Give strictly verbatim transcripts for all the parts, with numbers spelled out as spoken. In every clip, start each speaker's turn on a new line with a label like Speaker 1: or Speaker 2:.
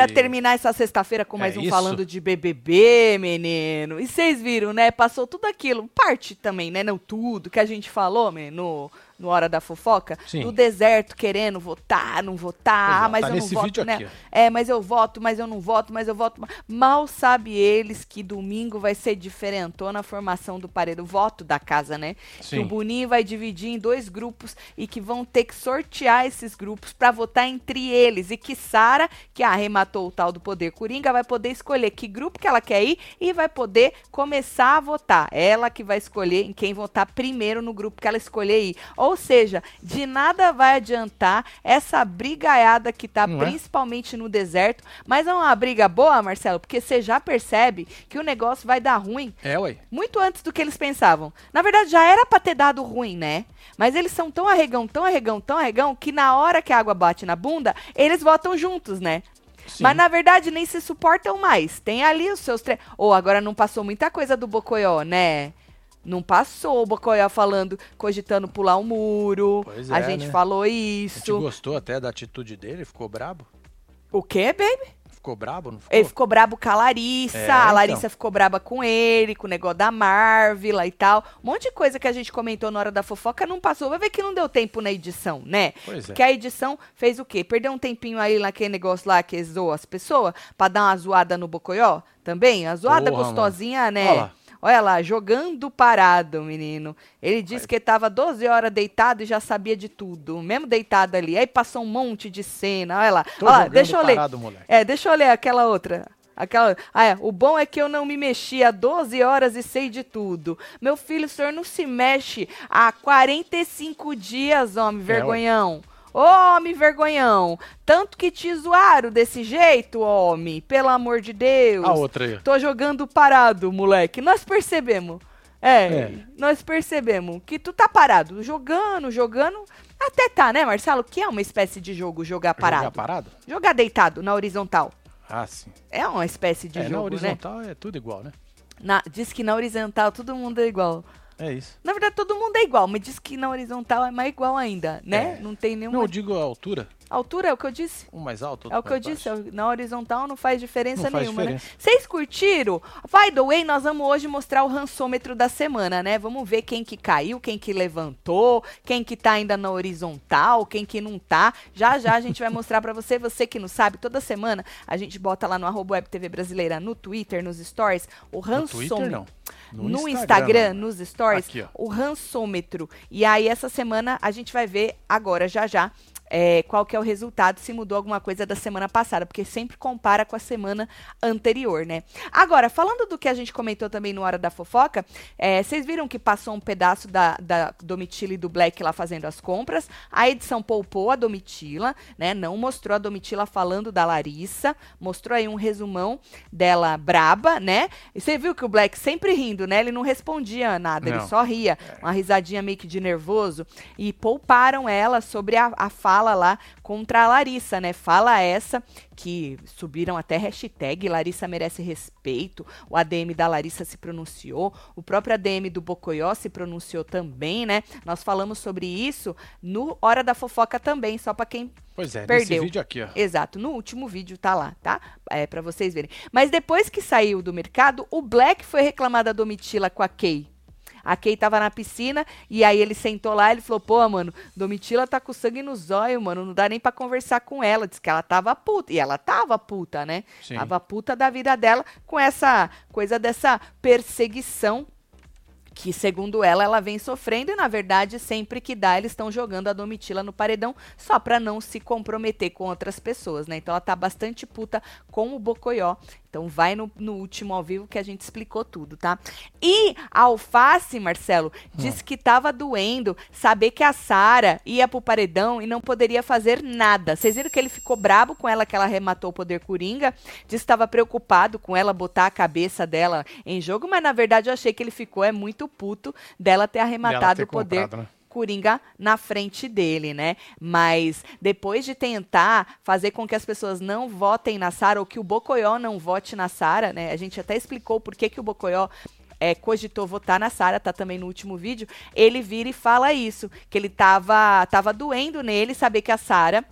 Speaker 1: terminar essa sexta-feira com mais
Speaker 2: É
Speaker 1: um
Speaker 2: isso.
Speaker 1: Falando de B B B, menino. E vocês viram, né? Passou tudo aquilo. Parte também, né? Não tudo que a gente falou, menino, no Hora da Fofoca.
Speaker 2: Sim.
Speaker 1: Do deserto querendo votar, não votar.
Speaker 2: Pois é,
Speaker 1: Ah, mas
Speaker 2: tá
Speaker 1: eu não
Speaker 2: nesse
Speaker 1: voto,
Speaker 2: vídeo
Speaker 1: né?
Speaker 2: aqui, ó.
Speaker 1: É, mas eu voto, mas eu não voto, mas eu voto. Mal sabe eles que domingo vai ser diferentona a formação do paredão, o voto da casa, né?
Speaker 2: Sim.
Speaker 1: Que o Boninho vai dividir em dois grupos e que vão ter que sortear esses grupos pra votar entre eles. E que Sara, que arrematou o tal do poder coringa, vai poder escolher que grupo que ela quer ir e vai poder começar a votar. Ela que vai escolher em quem votar primeiro no grupo que ela escolher ir. Ou seja, de nada vai adiantar essa brigaiada que tá
Speaker 2: Não é?
Speaker 1: principalmente no deserto. Mas é uma briga boa, Marcelo, porque você já percebe que o negócio vai dar ruim
Speaker 2: É, ué.
Speaker 1: muito antes do que eles pensavam. Na verdade, já era pra ter dado ruim, né? Mas eles são tão arregão, tão arregão, tão arregão, que na hora que a água bate na bunda, eles votam juntos, né?
Speaker 2: Sim.
Speaker 1: Mas, na verdade, nem se suportam mais. Tem ali os seus... Tre... Ou agora não passou muita coisa do Bocoió, né? Não passou o Bocoió falando, cogitando pular o muro.
Speaker 2: Pois
Speaker 1: a
Speaker 2: é,
Speaker 1: gente
Speaker 2: né?
Speaker 1: falou
Speaker 2: A gente
Speaker 1: isso.
Speaker 2: gostou até da atitude dele, ficou brabo.
Speaker 1: O quê, baby?
Speaker 2: Ficou brabo, não ficou?
Speaker 1: Ele ficou brabo com a Larissa,
Speaker 2: É,
Speaker 1: a
Speaker 2: então.
Speaker 1: Larissa ficou braba com ele, com o negócio da Marvel e tal. Um monte de coisa que a gente comentou na Hora da Fofoca não passou. Vai ver que não deu tempo na edição, né?
Speaker 2: Pois é.
Speaker 1: Porque a edição fez o quê? Perdeu um tempinho aí naquele negócio lá que zoa as pessoas pra dar uma zoada no Bocoió também. A zoada
Speaker 2: Porra,
Speaker 1: gostosinha, né?
Speaker 2: Olha lá.
Speaker 1: Olha lá, jogando parado, menino. Ele disse que tava doze horas deitado e já sabia de tudo. Mesmo deitado ali. Aí passou um monte de cena. Olha lá.
Speaker 2: Tô
Speaker 1: Olha lá,
Speaker 2: jogando
Speaker 1: deixa eu ler.
Speaker 2: parado, moleque.
Speaker 1: É, deixa eu ler aquela outra. Aquela... Ah, é. O bom é que eu não me mexi há doze horas e sei de tudo. Meu filho, o senhor não se mexe há quarenta e cinco dias, homem, vergonhão. Ô, homem vergonhão. Tanto que te zoaram desse jeito, homem. Pelo amor de Deus.
Speaker 2: A outra aí.
Speaker 1: Tô jogando parado, moleque. Nós percebemos. É,
Speaker 2: É.
Speaker 1: nós percebemos que tu tá parado. Jogando, jogando. Até tá, né, Marcelo? Que é uma espécie de jogo jogar parado.
Speaker 2: Jogar parado?
Speaker 1: Jogar deitado na horizontal.
Speaker 2: Ah, sim.
Speaker 1: É uma espécie de
Speaker 2: é, na
Speaker 1: jogo, né?
Speaker 2: horizontal é tudo igual, né?
Speaker 1: Na, diz que na horizontal todo mundo é igual.
Speaker 2: É isso.
Speaker 1: Na verdade, todo mundo é igual, mas diz que na horizontal é mais igual ainda, né?
Speaker 2: É.
Speaker 1: Não tem nenhuma...
Speaker 2: Não, eu digo a altura.
Speaker 1: Altura é o que eu disse?
Speaker 2: Um mais alto, outro
Speaker 1: É o que eu
Speaker 2: mais
Speaker 1: disse,
Speaker 2: baixo.
Speaker 1: na horizontal não faz diferença
Speaker 2: Não faz
Speaker 1: nenhuma,
Speaker 2: diferença.
Speaker 1: né? Vocês curtiram? By the way, nós vamos hoje mostrar o rançômetro da semana, né? Vamos ver quem que caiu, quem que levantou, quem que tá ainda na horizontal, quem que não tá. Já já a gente vai mostrar pra você, você que não sabe, toda semana a gente bota lá no arroba Web T V Brasileira, no Twitter, nos stories, o
Speaker 2: No
Speaker 1: rançômetro.
Speaker 2: Twitter, não.
Speaker 1: No,
Speaker 2: No
Speaker 1: Instagram,
Speaker 2: Instagram,
Speaker 1: nos stories,
Speaker 2: Aqui, ó.
Speaker 1: o rançômetro. E aí, essa semana, a gente vai ver agora, já já, é, qual que é o resultado, se mudou alguma coisa da semana passada, porque sempre compara com a semana anterior, né? Agora, falando do que a gente comentou também no Hora da Fofoca, é, vocês viram que passou um pedaço da, da Domitila e do Black lá fazendo as compras, a edição poupou a Domitila, né? Não mostrou a Domitila falando da Larissa, mostrou aí um resumão dela braba, né? E você viu que o Black sempre rindo, né? Ele não respondia nada, ele
Speaker 2: Não.
Speaker 1: só ria, uma risadinha meio que de nervoso, e pouparam ela sobre a, a fala lá contra a Larissa, né? Fala essa que subiram até hashtag Larissa merece respeito, o A D M da Larissa se pronunciou, o próprio A D M do Bocoió se pronunciou também, né? Nós falamos sobre isso no Hora da Fofoca também, só pra quem
Speaker 2: Pois é,
Speaker 1: perdeu.
Speaker 2: nesse vídeo aqui, ó.
Speaker 1: Exato, no último vídeo tá lá, tá? É pra vocês verem. Mas depois que saiu do mercado, o Black foi reclamar da Domitila com a Kay. A Kay tava na piscina e aí ele sentou lá e ele falou, pô, mano, Domitila tá com sangue nos olhos, mano, não dá nem pra conversar com ela. Diz que ela tava puta. E ela tava puta, né?
Speaker 2: Sim.
Speaker 1: Tava puta da vida dela com essa coisa dessa perseguição que, segundo ela, ela vem sofrendo e, na verdade, sempre que dá, eles estão jogando a Domitila no paredão só pra não se comprometer com outras pessoas, né? Então ela tá bastante puta com o Bocoió. Então vai no, no último ao vivo que a gente explicou tudo, tá? E a Alface, Marcelo, disse que tava doendo saber que a Sara ia pro paredão e não poderia fazer nada. Vocês viram que ele ficou brabo com ela, que ela arrematou o poder coringa? Disse que estava preocupado com ela botar a cabeça dela em jogo, mas na verdade eu achei que ele ficou é muito puto dela ter arrematado
Speaker 2: ter
Speaker 1: o poder
Speaker 2: comprado, né?
Speaker 1: Coringa na frente dele, né? Mas depois de tentar fazer com que as pessoas não votem na Sara ou que o Bocoió não vote na Sara, né? A gente até explicou por que que o Bocoió é, cogitou votar na Sara, tá também no último vídeo. Ele vira e fala isso, que ele tava, tava doendo nele saber que a Sara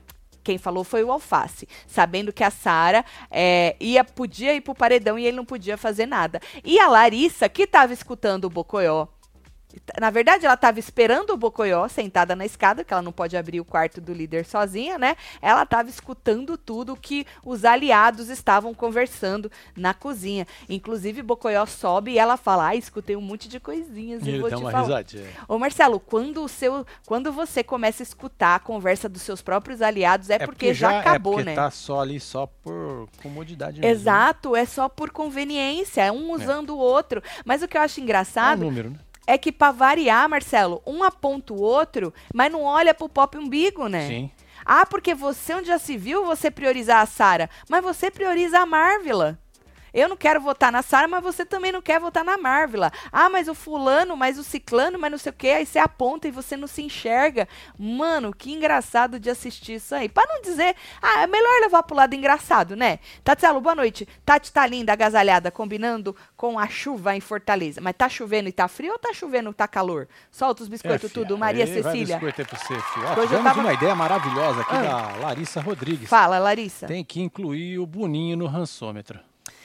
Speaker 1: Quem falou foi o Alface, sabendo que a Sara é, ia, podia ir pro paredão e ele não podia fazer nada. E a Larissa, que estava escutando o Bocoió, na verdade, ela estava esperando o Bocoió sentada na escada, que ela não pode abrir o quarto do líder sozinha, né? Ela estava escutando tudo que os aliados estavam conversando na cozinha. Inclusive, Bocoió sobe e ela fala, ah, escutei um monte de coisinhas e,
Speaker 2: E
Speaker 1: eu
Speaker 2: ele
Speaker 1: vou
Speaker 2: dá
Speaker 1: te
Speaker 2: uma
Speaker 1: falar.
Speaker 2: risadinha.
Speaker 1: Ô, Marcelo, quando, o seu, quando você começa a escutar a conversa dos seus próprios aliados, é,
Speaker 2: É
Speaker 1: porque, já acabou,
Speaker 2: é porque
Speaker 1: né?
Speaker 2: tá só ali, só por comodidade mesmo.
Speaker 1: Exato, é só por conveniência, é um usando o outro. Mas o que eu acho
Speaker 2: É um
Speaker 1: engraçado
Speaker 2: número, né?
Speaker 1: é que, pra variar, Marcelo, um aponta o outro, mas não olha pro pop umbigo, né?
Speaker 2: Sim.
Speaker 1: Ah, porque você, onde já se viu, você priorizar a Sara, mas você prioriza a Marvila. Eu não quero votar na Sara, mas você também não quer votar na Marvila. Ah, mas o fulano, mas o ciclano, mas não sei o quê. Aí você aponta e você não se enxerga. Mano, que engraçado de assistir isso aí. Pra não dizer, ah, é melhor levar pro lado engraçado, né? Tatielo, boa noite. Tati tá linda, agasalhada, combinando com a chuva em Fortaleza. Mas tá chovendo e tá frio ou tá chovendo e tá calor? Solta os biscoitos
Speaker 2: É, filha,
Speaker 1: tudo. Maria
Speaker 2: aí vai
Speaker 1: Cecília.
Speaker 2: biscoito aí pra você, filho. Ó,
Speaker 1: Hoje eu
Speaker 2: tivemos
Speaker 1: tava-
Speaker 2: uma ideia maravilhosa aqui
Speaker 1: Ah.
Speaker 2: da Larissa Rodrigues.
Speaker 1: Fala, Larissa.
Speaker 2: Tem que incluir o Boninho no rançômetro.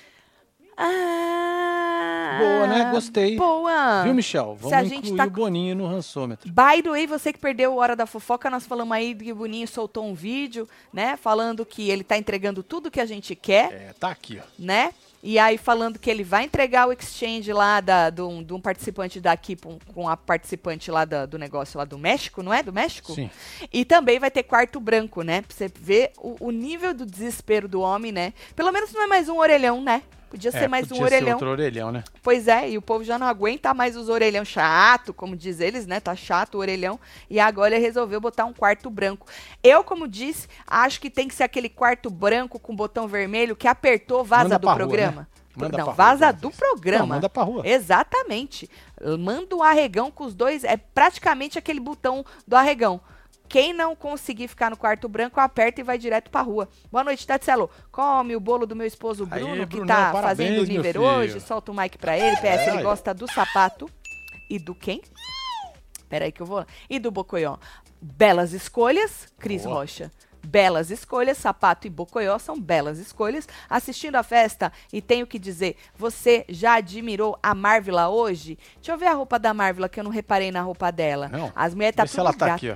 Speaker 1: Ah,
Speaker 2: Boa, né? Gostei.
Speaker 1: Boa.
Speaker 2: Viu, Michel?
Speaker 1: Se a
Speaker 2: Vamos
Speaker 1: gente
Speaker 2: incluir
Speaker 1: tá-
Speaker 2: o Boninho no rançômetro.
Speaker 1: By the way, você que perdeu o Hora da Fofoca, nós falamos aí que o Boninho soltou um vídeo, né? Falando que ele tá entregando tudo que a gente quer,
Speaker 2: É, tá aqui, ó.
Speaker 1: né? E aí falando que ele vai entregar o exchange lá da, de, um, de um participante daqui com, com a participante lá da- do negócio lá do México, não é? Do México?
Speaker 2: Sim.
Speaker 1: E também vai ter quarto branco, né? Pra você ver o, o nível do desespero do homem, né? Pelo menos não é mais um orelhão, né? Podia ser
Speaker 2: É,
Speaker 1: mais
Speaker 2: podia
Speaker 1: um
Speaker 2: ser
Speaker 1: orelhão.
Speaker 2: outro orelhão, né?
Speaker 1: Pois é, e o povo já não aguenta mais os orelhão chato, como diz eles, né? Tá chato o orelhão. E agora ele resolveu botar um quarto branco. Eu, como disse, acho que tem que ser aquele quarto branco com botão vermelho que apertou, vaza
Speaker 2: Manda
Speaker 1: do
Speaker 2: pra rua,
Speaker 1: programa.
Speaker 2: né? Manda
Speaker 1: não,
Speaker 2: pra rua,
Speaker 1: vaza
Speaker 2: vamos
Speaker 1: do
Speaker 2: ver.
Speaker 1: programa.
Speaker 2: Não, manda pra rua.
Speaker 1: Exatamente. Manda o arregão com os dois. É praticamente aquele botão do arregão. Quem não conseguir ficar no quarto branco, aperta e vai direto pra rua. Boa noite, Tatselo. Come o bolo do meu esposo
Speaker 2: Aí,
Speaker 1: Bruno, que
Speaker 2: Brunão,
Speaker 1: tá
Speaker 2: parabéns,
Speaker 1: fazendo o
Speaker 2: meu
Speaker 1: nível
Speaker 2: filho.
Speaker 1: hoje. Solta o mic pra ele. P S,
Speaker 2: É,
Speaker 1: ele
Speaker 2: aí.
Speaker 1: gosta do sapato e do quem? Peraí que eu vou... E do Bocoió. Belas escolhas, Cris
Speaker 2: Boa.
Speaker 1: Rocha. Belas escolhas, Sapato e Bocoió são belas escolhas. Assistindo a festa, e tenho que dizer, você já admirou a Marvila hoje? Deixa eu ver a roupa da Marvila, que eu não reparei na roupa dela.
Speaker 2: Não.
Speaker 1: As mulheres tá
Speaker 2: Vê se
Speaker 1: tudo
Speaker 2: ela tá
Speaker 1: gata.
Speaker 2: aqui, ó.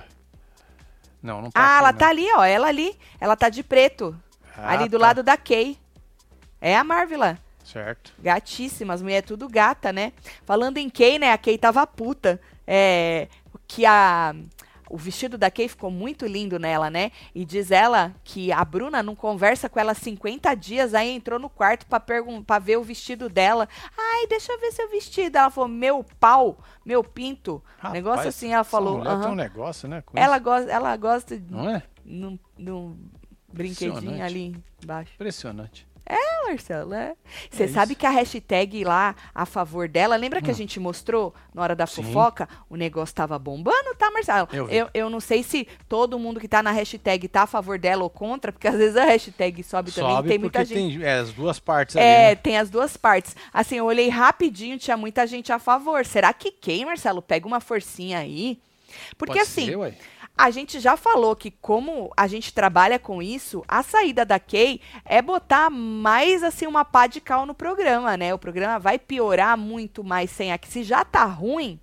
Speaker 2: Não, não tá
Speaker 1: Ah,
Speaker 2: aqui,
Speaker 1: ela
Speaker 2: não.
Speaker 1: tá ali, ó. Ela ali. Ela tá de preto.
Speaker 2: Ah,
Speaker 1: ali do
Speaker 2: tá.
Speaker 1: lado da Kay. É a Marvila.
Speaker 2: Certo.
Speaker 1: Gatíssima. As mulheres tudo gata, né? Falando em Kay, né? A Kay tava puta. É... Que a... O vestido da Kay ficou muito lindo nela, né? E diz ela que a Bruna não conversa com ela há cinquenta dias, aí entrou no quarto pra, pergun- pra ver o vestido dela. Ai, deixa eu ver seu vestido. Ela falou, meu pau, meu pinto.
Speaker 2: Rapaz,
Speaker 1: negócio assim, ela falou.
Speaker 2: Essa mulher tem
Speaker 1: aham.
Speaker 2: um negócio, né? com
Speaker 1: Ela,
Speaker 2: isso.
Speaker 1: gosta, ela gosta de
Speaker 2: Não é?
Speaker 1: num, num brinquedinho
Speaker 2: Impressionante.
Speaker 1: ali embaixo.
Speaker 2: Impressionante.
Speaker 1: Ah, Marcelo, é. Você
Speaker 2: É
Speaker 1: sabe
Speaker 2: isso.
Speaker 1: que a hashtag lá a favor dela, lembra que a
Speaker 2: Hum.
Speaker 1: gente mostrou na hora da
Speaker 2: Sim.
Speaker 1: fofoca? O negócio tava bombando, tá, Marcelo?
Speaker 2: Eu vi.
Speaker 1: Eu, eu não sei se todo mundo que tá na hashtag tá a favor dela ou contra, porque às vezes a hashtag sobe, também.
Speaker 2: Sobe
Speaker 1: Tem
Speaker 2: porque
Speaker 1: muita gente.
Speaker 2: tem é, as duas partes ali,
Speaker 1: É,
Speaker 2: né?
Speaker 1: tem as duas partes. Assim, eu olhei rapidinho, tinha muita gente a favor. Será que quem, Marcelo, pega uma forcinha aí? Porque
Speaker 2: Pode
Speaker 1: assim,
Speaker 2: ser, ué.
Speaker 1: a gente já falou que como a gente trabalha com isso, a saída da Kay é botar mais assim uma pá de cal no programa, né? O programa vai piorar muito mais sem a Kay. Se já tá ruim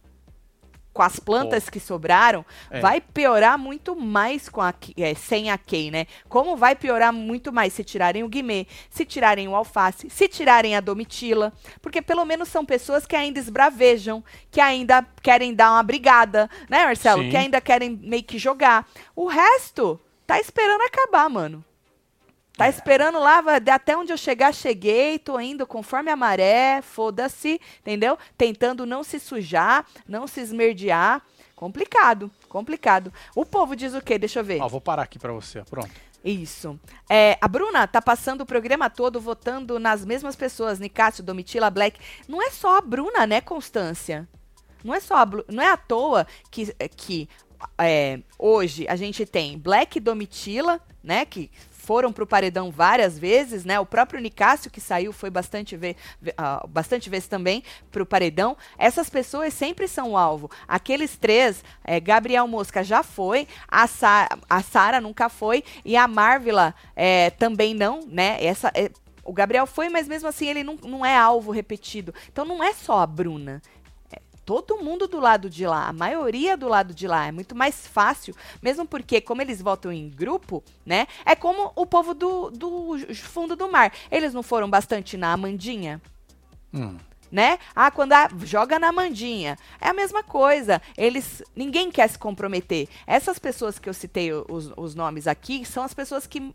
Speaker 1: com as plantas que sobraram,
Speaker 2: É.
Speaker 1: vai piorar muito mais com a, Kay- é, sem a Kay, né? Como vai piorar muito mais se tirarem o Guimê, se tirarem o Alface, se tirarem a Domitila, porque pelo menos são pessoas que ainda esbravejam, que ainda querem dar uma brigada, né, Marcelo?
Speaker 2: Sim.
Speaker 1: Que ainda querem meio que jogar. O resto tá esperando acabar, mano. Tá
Speaker 2: É.
Speaker 1: esperando lá, vai- até onde eu chegar, cheguei, tô indo conforme a maré, foda-se, entendeu? Tentando não se sujar, não se esmerdear. Complicado, complicado. O povo diz o quê? Deixa eu ver.
Speaker 2: Ó, vou parar aqui pra você, ó. Pronto.
Speaker 1: Isso. É, a Bruna tá passando o programa todo votando nas mesmas pessoas, Nicásio, Domitila, Black. Não é só a Bruna, né, Constância? Não é só a Bru- não é à toa que, que é, hoje a gente tem Black e Domitila, né, que foram pro paredão várias vezes, né? O próprio Nicásio, que saiu, foi bastante, ve uh, bastante vezes também pro paredão. Essas pessoas sempre são o alvo. Aqueles três, é, Gabriel Mosca já foi, a, Sa a Sara nunca foi, e a Marvila é, também não, né? Essa, é, o Gabriel foi, mas mesmo assim ele não, não é alvo repetido. Então não é só a Bruna. Todo mundo do lado de lá, a maioria do lado de lá, é muito mais fácil, mesmo porque como eles votam em grupo, né, é como o povo do, do fundo do mar, eles não foram bastante na Amandinha?
Speaker 2: Hum.
Speaker 1: Né? Ah, quando a, joga na Amandinha, é a mesma coisa, eles, ninguém quer se comprometer, essas pessoas que eu citei os, os nomes aqui, são as pessoas que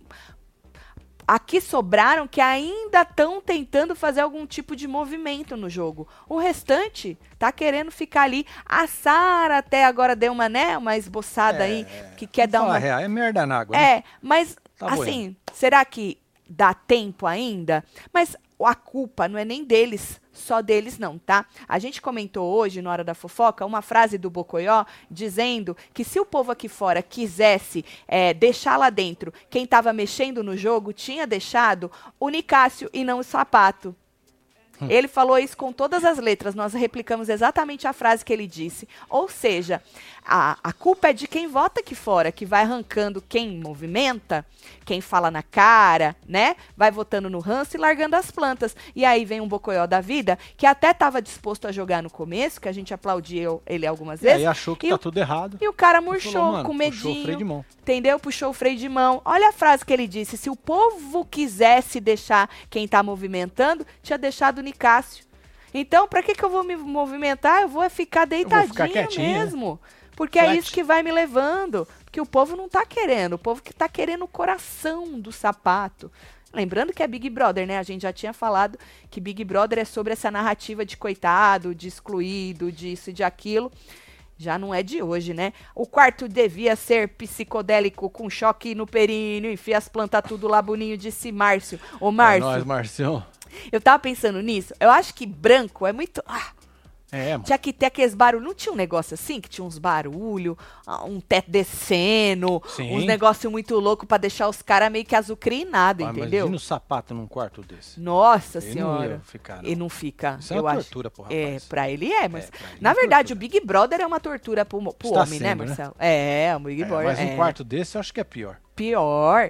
Speaker 1: aqui sobraram que ainda estão tentando fazer algum tipo de movimento no jogo. O restante tá querendo ficar ali. A Sara até agora deu uma, né, uma esboçada é, aí, que quer dar uma...
Speaker 2: Real, é merda na água,
Speaker 1: É,
Speaker 2: né?
Speaker 1: mas
Speaker 2: tá
Speaker 1: assim,
Speaker 2: bueno.
Speaker 1: Será que dá tempo ainda? Mas a culpa não é nem deles, só deles não, tá? A gente comentou hoje, na Hora da Fofoca, uma frase do Bocoió dizendo que se o povo aqui fora quisesse é, deixar lá dentro quem estava mexendo no jogo, tinha deixado o Nicásio e não o Sapato. Hum. Ele falou isso com todas as letras, nós replicamos exatamente a frase que ele disse. Ou seja, a, a culpa é de quem vota aqui fora, que vai arrancando quem movimenta, quem fala na cara, né? Vai votando no ranço e largando as plantas. E aí vem um Bocoió da vida, que até estava disposto a jogar no começo, que a gente aplaudiu ele algumas vezes.
Speaker 2: E aí achou que
Speaker 1: e
Speaker 2: tá
Speaker 1: o,
Speaker 2: tudo errado.
Speaker 1: E o cara murchou,
Speaker 2: falou, mano,
Speaker 1: com medinho.
Speaker 2: Puxou o freio de mão.
Speaker 1: Entendeu? Puxou o freio de mão. Olha a frase que ele disse. Se o povo quisesse deixar quem tá movimentando, tinha deixado o Nicásio. Então, pra que que eu vou me movimentar? Eu vou ficar deitadinho mesmo. Né? Porque Flat. É isso que vai me levando. Porque o povo não tá querendo. O povo que tá querendo o coração do Sapato. Lembrando que é Big Brother, né? A gente já tinha falado que Big Brother é sobre essa narrativa de coitado, de excluído, disso e de aquilo. Já não é de hoje, né? O quarto devia ser psicodélico, com choque no períneo, enfia as plantas tudo lá, boninho, disse Márcio. Ô, Márcio.
Speaker 2: É nóis, Marcião.
Speaker 1: Eu tava pensando nisso. Eu acho que branco é muito... Ah,
Speaker 2: é, mano.
Speaker 1: Tinha que ter aqueles barulhos. Não tinha um negócio assim? Que tinha uns barulhos, um teto descendo, Sim. uns negócios muito loucos pra deixar os caras meio que azucrinados, entendeu?
Speaker 2: Imagina o Sapato num quarto desse.
Speaker 1: Nossa
Speaker 2: ele
Speaker 1: senhora.
Speaker 2: Não ia ficar, não.
Speaker 1: E não fica.
Speaker 2: Isso é uma tortura, pro rapaz.
Speaker 1: É, pra ele é, mas... É, ele
Speaker 2: na
Speaker 1: é verdade,
Speaker 2: tortura.
Speaker 1: O Big Brother é uma tortura pro, pro homem, sendo, né, Marcelo? Né? É, o Big
Speaker 2: é,
Speaker 1: Brother.
Speaker 2: Mas um
Speaker 1: é.
Speaker 2: quarto desse eu acho que é pior.
Speaker 1: Pior,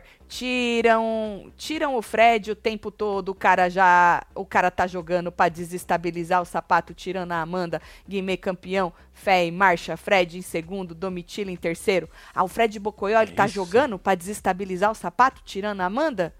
Speaker 1: tiram, tiram o Fred o tempo todo, o cara já, o cara tá jogando pra desestabilizar o Sapato, tirando a Amanda, Guimê campeão, Fé em marcha, Fred em segundo, Domitila em terceiro. Ah, o Fred Bocoió, ele tá jogando pra desestabilizar o Sapato, tirando a Amanda?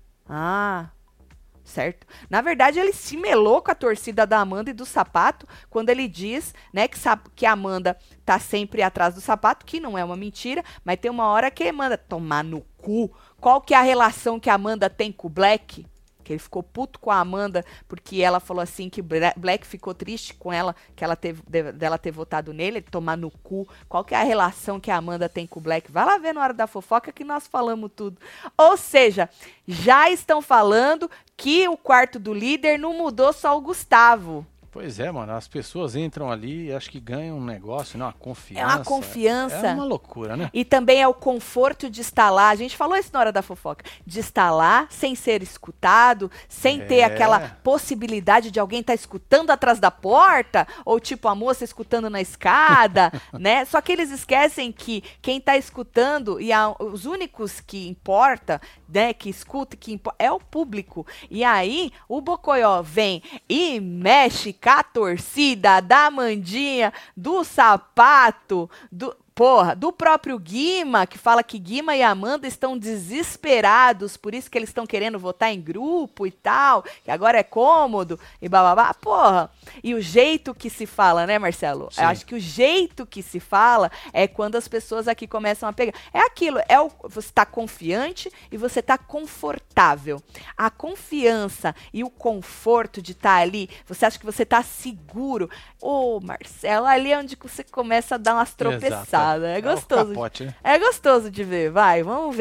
Speaker 1: Ah, certo. Na verdade, ele se melou com a torcida da Amanda e do Sapato, quando ele diz, né, que, que a Amanda tá sempre atrás do Sapato, que não é uma mentira, mas tem uma hora que ele manda tomar no cu. Qual que é a relação que a Amanda tem com o Black? Que ele ficou puto com a Amanda, porque ela falou assim que o Black ficou triste com ela, que ela teve, dela ter votado nele, ele tomar no cu. Qual que é a relação que a Amanda tem com o Black? Vai lá ver na Hora da Fofoca que nós falamos tudo. Ou seja, já estão falando que o quarto do líder não mudou só o Gustavo.
Speaker 2: Pois é, mano, as pessoas entram ali e acho que ganham um negócio, né? Uma confiança.
Speaker 1: É uma confiança.
Speaker 2: É uma loucura, né?
Speaker 1: E também é o conforto de estar lá, a gente falou isso na Hora da Fofoca, de estar lá sem ser escutado, sem é. ter aquela possibilidade de alguém estar tá escutando atrás da porta, ou tipo a moça escutando na escada, né? Só que eles esquecem que quem está escutando, e a, os únicos que importa, né, que escuta, que impo- é o público. E aí, o Bocoió vem e mexe com a torcida da Amandinha, do Sapato, do... Porra, do próprio Guima, que fala que Guima e Amanda estão desesperados, por isso que eles estão querendo votar em grupo e tal, que agora é cômodo e bababá. Porra, e o jeito que se fala, né, Marcelo? Sim. Eu acho que o jeito que se fala é quando as pessoas aqui começam a pegar. É aquilo, é o, você está confiante e você está confortável. A confiança e o conforto de estar ali, você acha que você está seguro. Ô, oh, Marcelo, ali é onde você começa a dar umas tropeçadas.
Speaker 2: Exato.
Speaker 1: É gostoso.
Speaker 2: É, capote, né?
Speaker 1: É gostoso de ver, vai, vamos ver.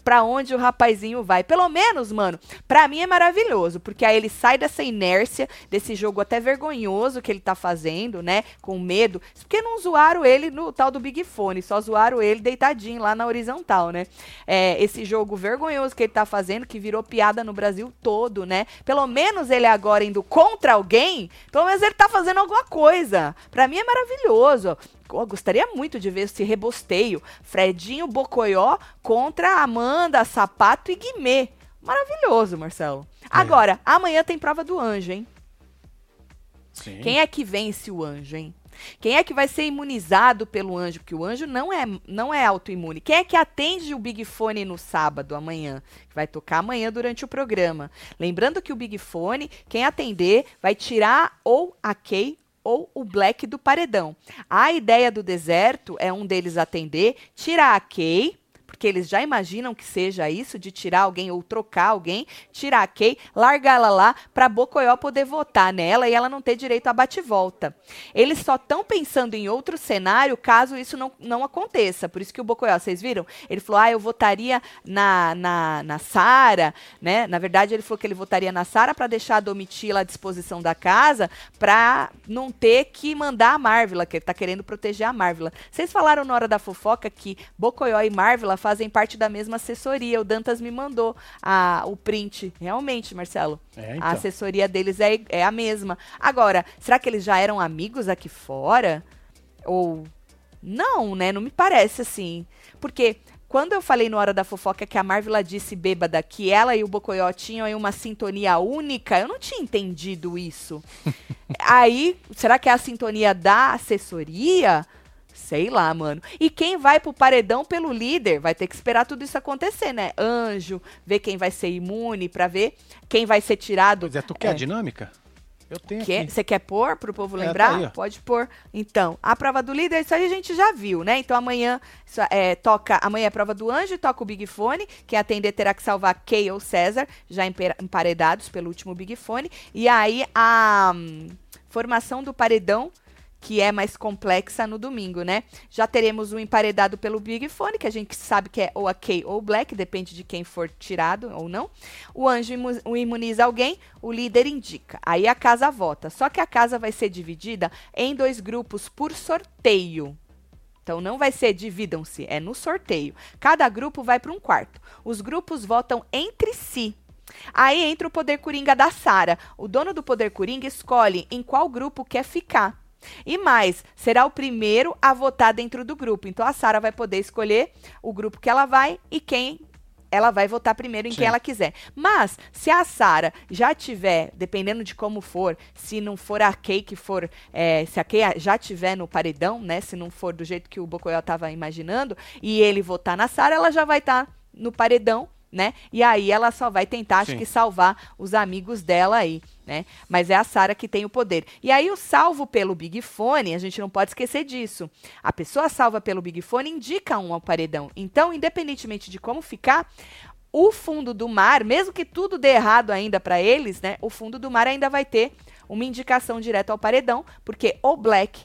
Speaker 1: pra onde o rapazinho vai. Pelo menos, mano, pra mim é maravilhoso, porque aí ele sai dessa inércia, desse jogo até vergonhoso que ele tá fazendo, né, com medo. Porque não zoaram ele no tal do Big Fone, só zoaram ele deitadinho lá na horizontal, né. É, esse jogo vergonhoso que ele tá fazendo, que virou piada no Brasil todo, né. Pelo menos ele agora indo contra alguém, pelo menos ele tá fazendo alguma coisa. Pra mim é maravilhoso. Eu gostaria muito de ver esse rebosteio. Fredinho Bocoió contra Amanda, Sapato e Guimê. Maravilhoso, Marcelo. É. Agora, amanhã tem prova do anjo, hein?
Speaker 2: Sim.
Speaker 1: Quem é que vence o anjo, hein? Quem é que vai ser imunizado pelo anjo? Porque o anjo não é, não é autoimune. Quem é que atende o Big Fone no sábado, amanhã? Que vai tocar amanhã durante o programa. Lembrando que o Big Fone, quem atender, vai tirar ou a Kay ou o Black do paredão. A ideia do deserto é um deles atender, tirar a Kay, porque eles já imaginam que seja isso, de tirar alguém ou trocar alguém, tirar a Kay, largar ela lá para Bocoió poder votar nela e ela não ter direito a bate-volta. Eles só estão pensando em outro cenário caso isso não, não aconteça. Por isso que o Bocoió, vocês viram? Ele falou, ah, eu votaria na, na, na Sara, né? Na verdade, ele falou que ele votaria na Sara para deixar a Domitila à disposição da casa para não ter que mandar a Marvila, que ele tá querendo proteger a Marvila. Vocês falaram na hora da fofoca que Bocoió e Marvila fazem parte da mesma assessoria. O Dantas me mandou a, o print. Realmente, Marcelo.
Speaker 2: É, então.
Speaker 1: A assessoria deles é, é a mesma. Agora, será que eles já eram amigos aqui fora? Ou... Não, né? Não me parece assim. Porque quando eu falei na hora da fofoca que a Marvila disse bêbada que ela e o Bocoió tinham aí uma sintonia única, eu não tinha entendido isso. Aí, será que é a sintonia da assessoria? Sei lá, mano. E quem vai pro paredão pelo líder vai ter que esperar tudo isso acontecer, né? Anjo, ver quem vai ser imune, pra ver quem vai ser tirado.
Speaker 2: Pois é, tu quer
Speaker 1: é.
Speaker 2: a dinâmica? Eu tenho
Speaker 1: Que,
Speaker 2: aqui.
Speaker 1: você quer pôr pro povo
Speaker 2: É,
Speaker 1: lembrar?
Speaker 2: tá aí, ó.
Speaker 1: Pode pôr. Então, a prova do líder, isso aí a gente já viu, né? Então amanhã isso, é, toca, amanhã é a prova do anjo, toca o Big Fone. Quem atender terá que salvar Kay ou César, já emparedados pelo último Big Fone. E aí a hum, formação do paredão, que é mais complexa no domingo, né? Já teremos um emparedado pelo Big Fone, que a gente sabe que é ou a Kay ou o Black, depende de quem for tirado ou não. O anjo imu- imuniza alguém, o líder indica. Aí a casa vota. Só que a casa vai ser dividida em dois grupos por sorteio. Então não vai ser dividam-se, é no sorteio. Cada grupo vai para um quarto. Os grupos votam entre si. Aí entra o poder coringa da Sara. O dono do poder coringa escolhe em qual grupo quer ficar. E mais, será o primeiro a votar dentro do grupo. Então a Sara vai poder escolher o grupo que ela vai e quem ela vai votar primeiro em
Speaker 2: Sim.
Speaker 1: quem ela quiser. Mas se a Sara já tiver, dependendo de como for, se não for a Kay que for, é, se a Kay já tiver no paredão, né? Se não for do jeito que o Bocoió estava imaginando, e ele votar na Sara, ela já vai estar tá no paredão, né? E aí ela só vai tentar, acho
Speaker 2: Sim.
Speaker 1: que, salvar os amigos dela aí, né? Mas é a Sara que tem o poder. E aí o salvo pelo Big Fone, a gente não pode esquecer disso. A pessoa salva pelo Big Fone indica um ao paredão. Então, independentemente de como ficar, o fundo do mar, mesmo que tudo dê errado ainda para eles, né? O fundo do mar ainda vai ter uma indicação direta ao paredão, porque o Black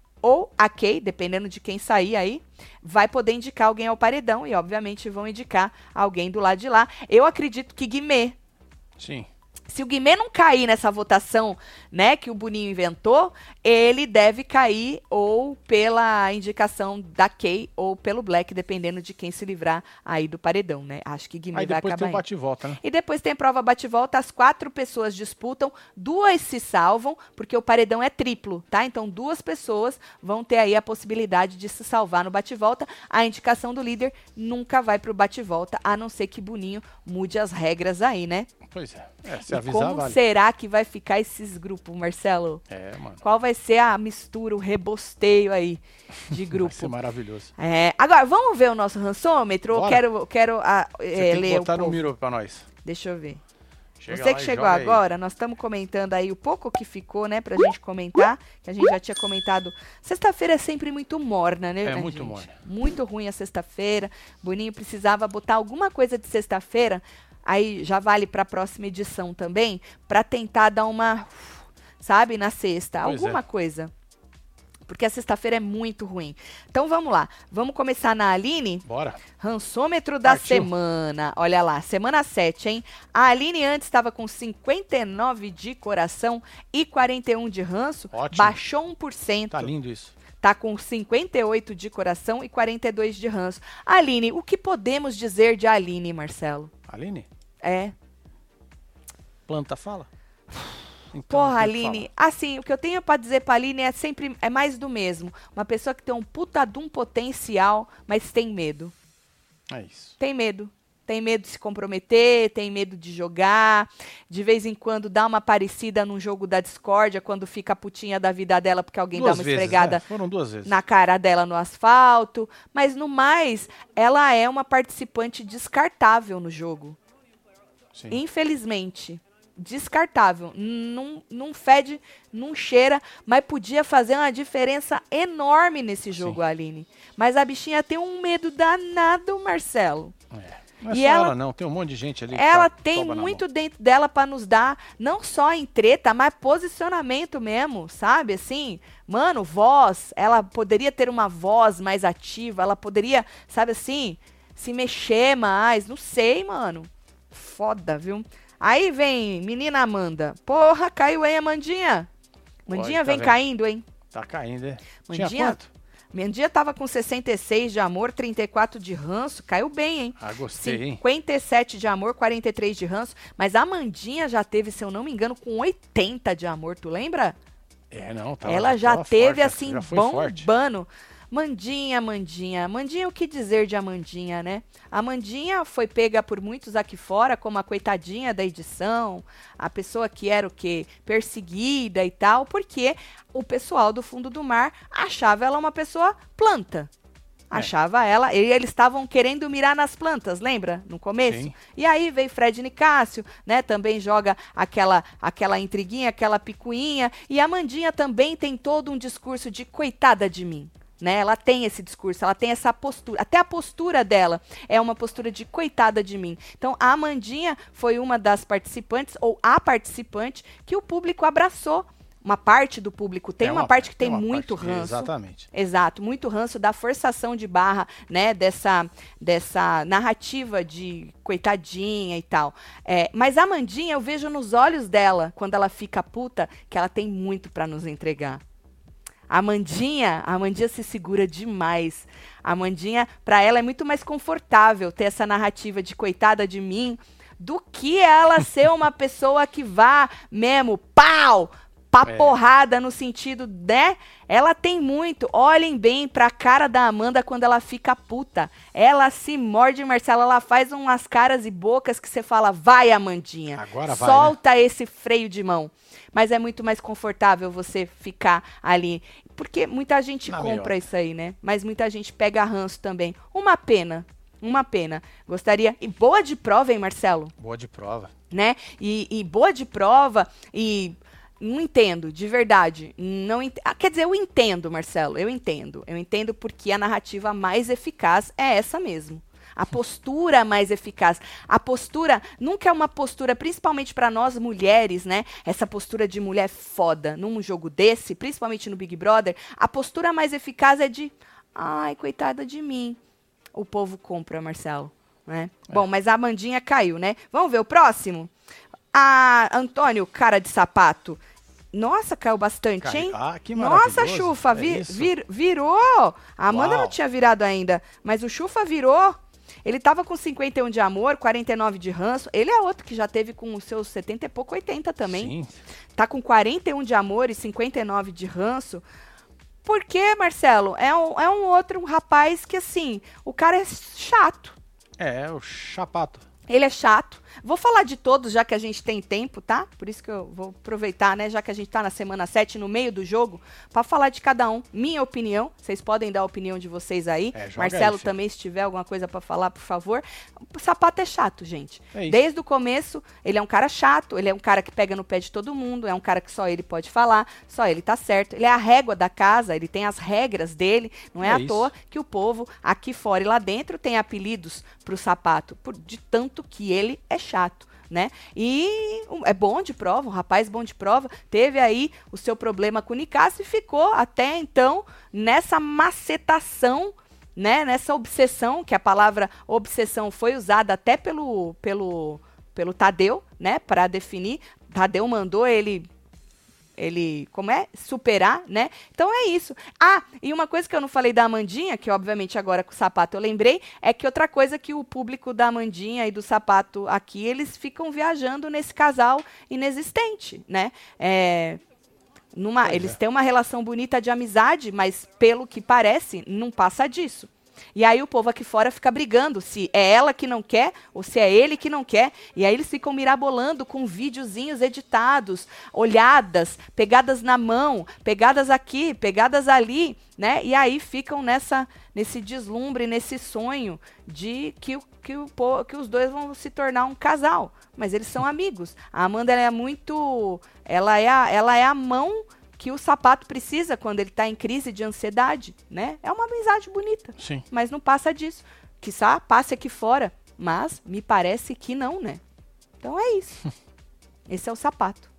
Speaker 1: ou a Kay, dependendo de quem sair aí, vai poder indicar alguém ao paredão e, obviamente, vão indicar alguém do lado de lá. Eu acredito que Guimê,
Speaker 2: Sim.
Speaker 1: se o Guimê não cair nessa votação, né, que o Boninho inventou, ele deve cair ou pela indicação da Kay ou pelo Black, dependendo de quem se livrar aí do paredão, né? Acho que Guimê
Speaker 2: Aí
Speaker 1: vai
Speaker 2: depois
Speaker 1: acabar
Speaker 2: tem o
Speaker 1: indo.
Speaker 2: bate-volta, né?
Speaker 1: E depois tem a prova bate-volta, as quatro pessoas disputam, duas se salvam, porque o paredão é triplo, tá? Então duas pessoas vão ter aí a possibilidade de se salvar no bate-volta. A indicação do líder nunca vai pro bate-volta, a não ser que Boninho mude as regras aí, né?
Speaker 2: Pois é. É, se
Speaker 1: E
Speaker 2: avisar,
Speaker 1: como
Speaker 2: vale.
Speaker 1: será que vai ficar esses grupos, Marcelo?
Speaker 2: É, mano.
Speaker 1: Qual vai ser a mistura, o rebosteio aí de
Speaker 2: Vai
Speaker 1: grupo?
Speaker 2: ser maravilhoso.
Speaker 1: É, agora, vamos ver o nosso rançômetro? Eu
Speaker 2: Bora.
Speaker 1: quero, quero ah,
Speaker 2: Você
Speaker 1: é,
Speaker 2: tem que
Speaker 1: ler o
Speaker 2: botar no
Speaker 1: povo.
Speaker 2: miro pra nós.
Speaker 1: Deixa eu ver.
Speaker 2: Chega
Speaker 1: Você
Speaker 2: lá
Speaker 1: que
Speaker 2: e
Speaker 1: chegou
Speaker 2: joga aí.
Speaker 1: agora, nós estamos comentando aí o pouco que ficou, né, pra gente comentar, que a gente já tinha comentado. Sexta-feira é sempre muito morna, né,
Speaker 2: É,
Speaker 1: né,
Speaker 2: muito
Speaker 1: gente?
Speaker 2: morna.
Speaker 1: Muito ruim a sexta-feira. Boninho precisava botar alguma coisa de sexta-feira, aí já vale pra próxima edição também, pra tentar dar uma, sabe, na sexta,
Speaker 2: Pois
Speaker 1: alguma
Speaker 2: é.
Speaker 1: coisa. Porque a sexta-feira é muito ruim. Então vamos lá. Vamos começar na Aline?
Speaker 2: Bora.
Speaker 1: Rançômetro da
Speaker 2: Partiu.
Speaker 1: semana. Olha lá, semana sete, hein? A Aline antes estava com cinquenta e nove de coração e quarenta e um de ranço.
Speaker 2: Ótimo.
Speaker 1: Baixou um por cento.
Speaker 2: Tá lindo isso.
Speaker 1: Tá com cinquenta e oito de coração e quarenta e dois de ranço. Aline, o que podemos dizer de Aline, Marcelo?
Speaker 2: Aline?
Speaker 1: É.
Speaker 2: Planta fala? Então,
Speaker 1: Porra,
Speaker 2: tem que
Speaker 1: Aline, assim, o que eu tenho pra dizer pra Aline é sempre, é mais do mesmo. Uma pessoa que tem um puta de um potencial, mas tem medo.
Speaker 2: falar. É isso.
Speaker 1: Tem medo. Tem medo de se comprometer, tem medo de jogar. De vez em quando dá uma parecida num jogo da discórdia, quando fica a putinha da vida dela porque alguém
Speaker 2: Duas
Speaker 1: dá uma
Speaker 2: vezes,
Speaker 1: esfregada
Speaker 2: né? Foram duas vezes.
Speaker 1: na cara dela no asfalto. Mas no mais, ela é uma participante descartável no jogo.
Speaker 2: Sim.
Speaker 1: Infelizmente. Descartável. Não, não fede, não cheira, mas podia fazer uma diferença enorme nesse jogo,
Speaker 2: Sim.
Speaker 1: Aline. Mas a bichinha tem um medo danado, Marcelo.
Speaker 2: É. Não é
Speaker 1: E
Speaker 2: só
Speaker 1: ela-
Speaker 2: ela, não. Tem um monte de gente ali. que
Speaker 1: Ela
Speaker 2: tá-
Speaker 1: tem
Speaker 2: toma na
Speaker 1: muito
Speaker 2: mão.
Speaker 1: dentro dela pra nos dar, não só em treta, mas posicionamento mesmo, sabe? Assim, mano, voz. Ela poderia ter uma voz mais ativa, ela poderia, sabe assim, se mexer mais. Não sei, mano. Foda, viu? Aí vem menina Amanda. Porra, caiu, hein, Amandinha? Amandinha
Speaker 2: Olha, tá
Speaker 1: vem
Speaker 2: vendo?
Speaker 1: caindo, hein?
Speaker 2: Tá caindo, é?
Speaker 1: Mandinha-
Speaker 2: Tinha quanto?
Speaker 1: Mandinha tava com sessenta e seis de amor, trinta e quatro de ranço. Caiu bem, hein?
Speaker 2: Ah, gostei, hein?
Speaker 1: cinquenta e sete de amor, quarenta e três de ranço. Mas a Mandinha já teve, se eu não me engano, com oitenta de amor. Tu lembra?
Speaker 2: É, não. Tava,
Speaker 1: Ela já
Speaker 2: tava
Speaker 1: teve,
Speaker 2: forte,
Speaker 1: assim,
Speaker 2: já foi forte.
Speaker 1: bombando. Mandinha, Mandinha. Mandinha, o que dizer de Amandinha, né? A Mandinha foi pega por muitos aqui fora como a coitadinha da edição, a pessoa que era o quê? Perseguida e tal, porque o pessoal do fundo do mar achava ela uma pessoa planta. Achava ela, e eles estavam querendo mirar nas plantas, lembra? No começo?
Speaker 2: Sim.
Speaker 1: E aí veio Fred Nicásio, né? Também joga aquela, aquela intriguinha, aquela picuinha. E a Mandinha também tem todo um discurso de coitada de mim. Né? Ela tem esse discurso, ela tem essa postura. Até a postura dela é uma postura de coitada de mim. Então, a Amandinha foi uma das participantes, ou a participante, que o público abraçou. Uma parte do público. Tem
Speaker 2: É
Speaker 1: uma, parte que tem,
Speaker 2: uma
Speaker 1: muito
Speaker 2: parte que-
Speaker 1: ranço.
Speaker 2: Exatamente.
Speaker 1: Exato, muito ranço da forçação de barra, né, dessa, dessa narrativa de coitadinha e tal. É, mas a Amandinha, eu vejo nos olhos dela, quando ela fica puta, que ela tem muito pra nos entregar. A Amandinha, a Amandinha se segura demais. A Amandinha, pra ela, é muito mais confortável ter essa narrativa de coitada de mim do que ela ser uma pessoa que vá mesmo, pau, pra
Speaker 2: É.
Speaker 1: porrada no sentido, né? Ela tem muito. Olhem bem pra cara da Amanda quando ela fica puta. Ela se morde, Marcela, ela faz umas caras e bocas que você fala, vai, Amandinha.
Speaker 2: Agora vai,
Speaker 1: Solta esse freio de mão. Mas é muito mais confortável você ficar ali. Porque muita gente
Speaker 2: Na
Speaker 1: compra
Speaker 2: meiota.
Speaker 1: isso aí, né? Mas muita gente pega ranço também. Uma pena. Uma pena. Gostaria. E boa de prova, hein, Marcelo?
Speaker 2: Boa de prova.
Speaker 1: Né? E, e boa de prova. E não entendo, de verdade. Não ent... ah, quer dizer, eu entendo, Marcelo. Eu entendo. Eu entendo porque a narrativa mais eficaz é essa mesmo. A postura mais eficaz. A postura nunca é uma postura, principalmente para nós mulheres, né? Essa postura de mulher foda num jogo desse, principalmente no Big Brother, a postura mais eficaz é de, ai, coitada de mim. O povo compra, Marcelo, né?
Speaker 2: É.
Speaker 1: Bom, mas a Amandinha caiu, né? Vamos ver o próximo? A Antônio, cara de sapato. Nossa, caiu bastante,
Speaker 2: Cai-
Speaker 1: hein?
Speaker 2: Ah, que
Speaker 1: Nossa,
Speaker 2: maravilhoso.
Speaker 1: Chufa,
Speaker 2: É
Speaker 1: vi-
Speaker 2: isso.
Speaker 1: vir- virou. A Amanda
Speaker 2: Uau.
Speaker 1: não tinha virado ainda, mas o Chufa virou. Ele tava com cinquenta e um de amor, quarenta e nove de ranço. Ele é outro que já teve com os seus setenta e pouco, oitenta também.
Speaker 2: Sim.
Speaker 1: Tá com quarenta e um de amor e cinquenta e nove de ranço. Por quê, Marcelo? É um, é um outro um rapaz que, assim, o cara é chato.
Speaker 2: É, o chapato.
Speaker 1: Ele é chato. Vou falar de todos, já que a gente tem tempo, tá? Por isso que eu vou aproveitar, né? Já que a gente tá na semana sete, no meio do jogo, pra falar de cada um. Minha opinião. Vocês podem dar a opinião de vocês aí.
Speaker 2: É, joga
Speaker 1: Marcelo
Speaker 2: aí, filho.
Speaker 1: também, se tiver alguma coisa pra falar, por favor. O Sapato é chato, gente.
Speaker 2: É isso.
Speaker 1: Desde o começo, ele é um cara chato. Ele é um cara que pega no pé de todo mundo. É um cara que só ele pode falar. Só ele tá certo. Ele é a régua da casa. Ele tem as regras dele. Não é,
Speaker 2: É
Speaker 1: à
Speaker 2: isso.
Speaker 1: toa que o povo aqui fora e lá dentro tem apelidos pro Sapato. Por, de tanto que ele é chato. né? E um, é bom de prova, um rapaz bom de prova, teve aí o seu problema com o Nicásio e ficou até então nessa macetação, né? Nessa obsessão, que a palavra obsessão foi usada até pelo, pelo, pelo Tadeu, né? Para definir. Tadeu mandou ele... ele, como é? Superar, né? Então é isso. Ah, e uma coisa que eu não falei da Amandinha, que obviamente agora com o Sapato eu lembrei, é que outra coisa que o público da Amandinha e do Sapato aqui, eles ficam viajando nesse casal inexistente, né? É, numa, eles é. têm uma relação bonita de amizade, mas pelo que parece, não passa disso. E aí o povo aqui fora fica brigando se é ela que não quer ou se é ele que não quer. E aí eles ficam mirabolando com videozinhos editados, olhadas, pegadas na mão, pegadas aqui, pegadas ali, né? E aí ficam nessa, nesse deslumbre, nesse sonho de que, o, que, o, que os dois vão se tornar um casal. Mas eles são amigos. A Amanda ela é muito... Ela é a, ela é a mão... que o Sapato precisa quando ele está em crise de ansiedade, né? É uma amizade bonita,
Speaker 2: Sim.
Speaker 1: Mas não passa disso. Quiçá passe aqui fora, mas me parece que não, né? Então é isso. Esse é o Sapato.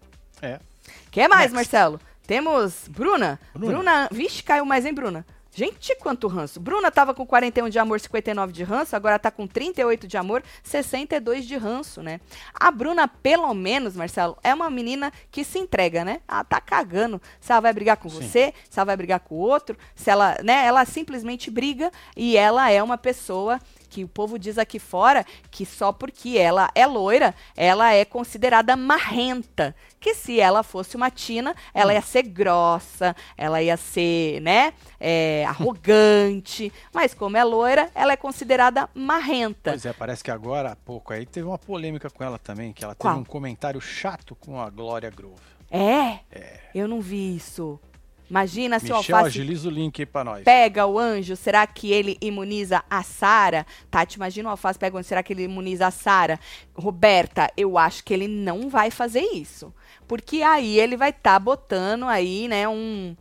Speaker 2: É.
Speaker 1: Que mais,
Speaker 2: Next.
Speaker 1: Marcelo? Temos Bruna.
Speaker 2: Bruna.
Speaker 1: Bruna. Vixe, caiu mais, hein, Bruna? Gente, quanto ranço. Bruna tava com quarenta e um de amor, cinquenta e nove de ranço, agora tá com trinta e oito de amor, sessenta e dois de ranço, né? A Bruna, pelo menos, Marcelo, é uma menina que se entrega, né? Ela tá cagando se ela vai brigar com
Speaker 2: Sim.
Speaker 1: você, se ela vai brigar com o outro, se ela, né? Ela simplesmente briga e ela é uma pessoa que o povo diz aqui fora que só porque ela é loira, ela é considerada marrenta. Que se ela fosse uma tina, ela ia ser grossa, ela ia ser, né, é, arrogante. Mas como é loira, ela é considerada marrenta.
Speaker 2: Pois é, parece que agora há pouco aí teve uma polêmica com ela também, que ela teve
Speaker 1: Qual?
Speaker 2: um comentário chato com a Glória Groove.
Speaker 1: É?
Speaker 2: É.
Speaker 1: Eu não vi isso. Imagina se o
Speaker 2: Michel,
Speaker 1: Alface
Speaker 2: agiliza o link aí pra nós.
Speaker 1: pega o anjo, será que ele imuniza a Sara? Tati, imagina o Alface pega o anjo, será que ele imuniza a Sara? Roberta, eu acho que ele não vai fazer isso. Porque aí ele vai estar tá botando aí, né, um...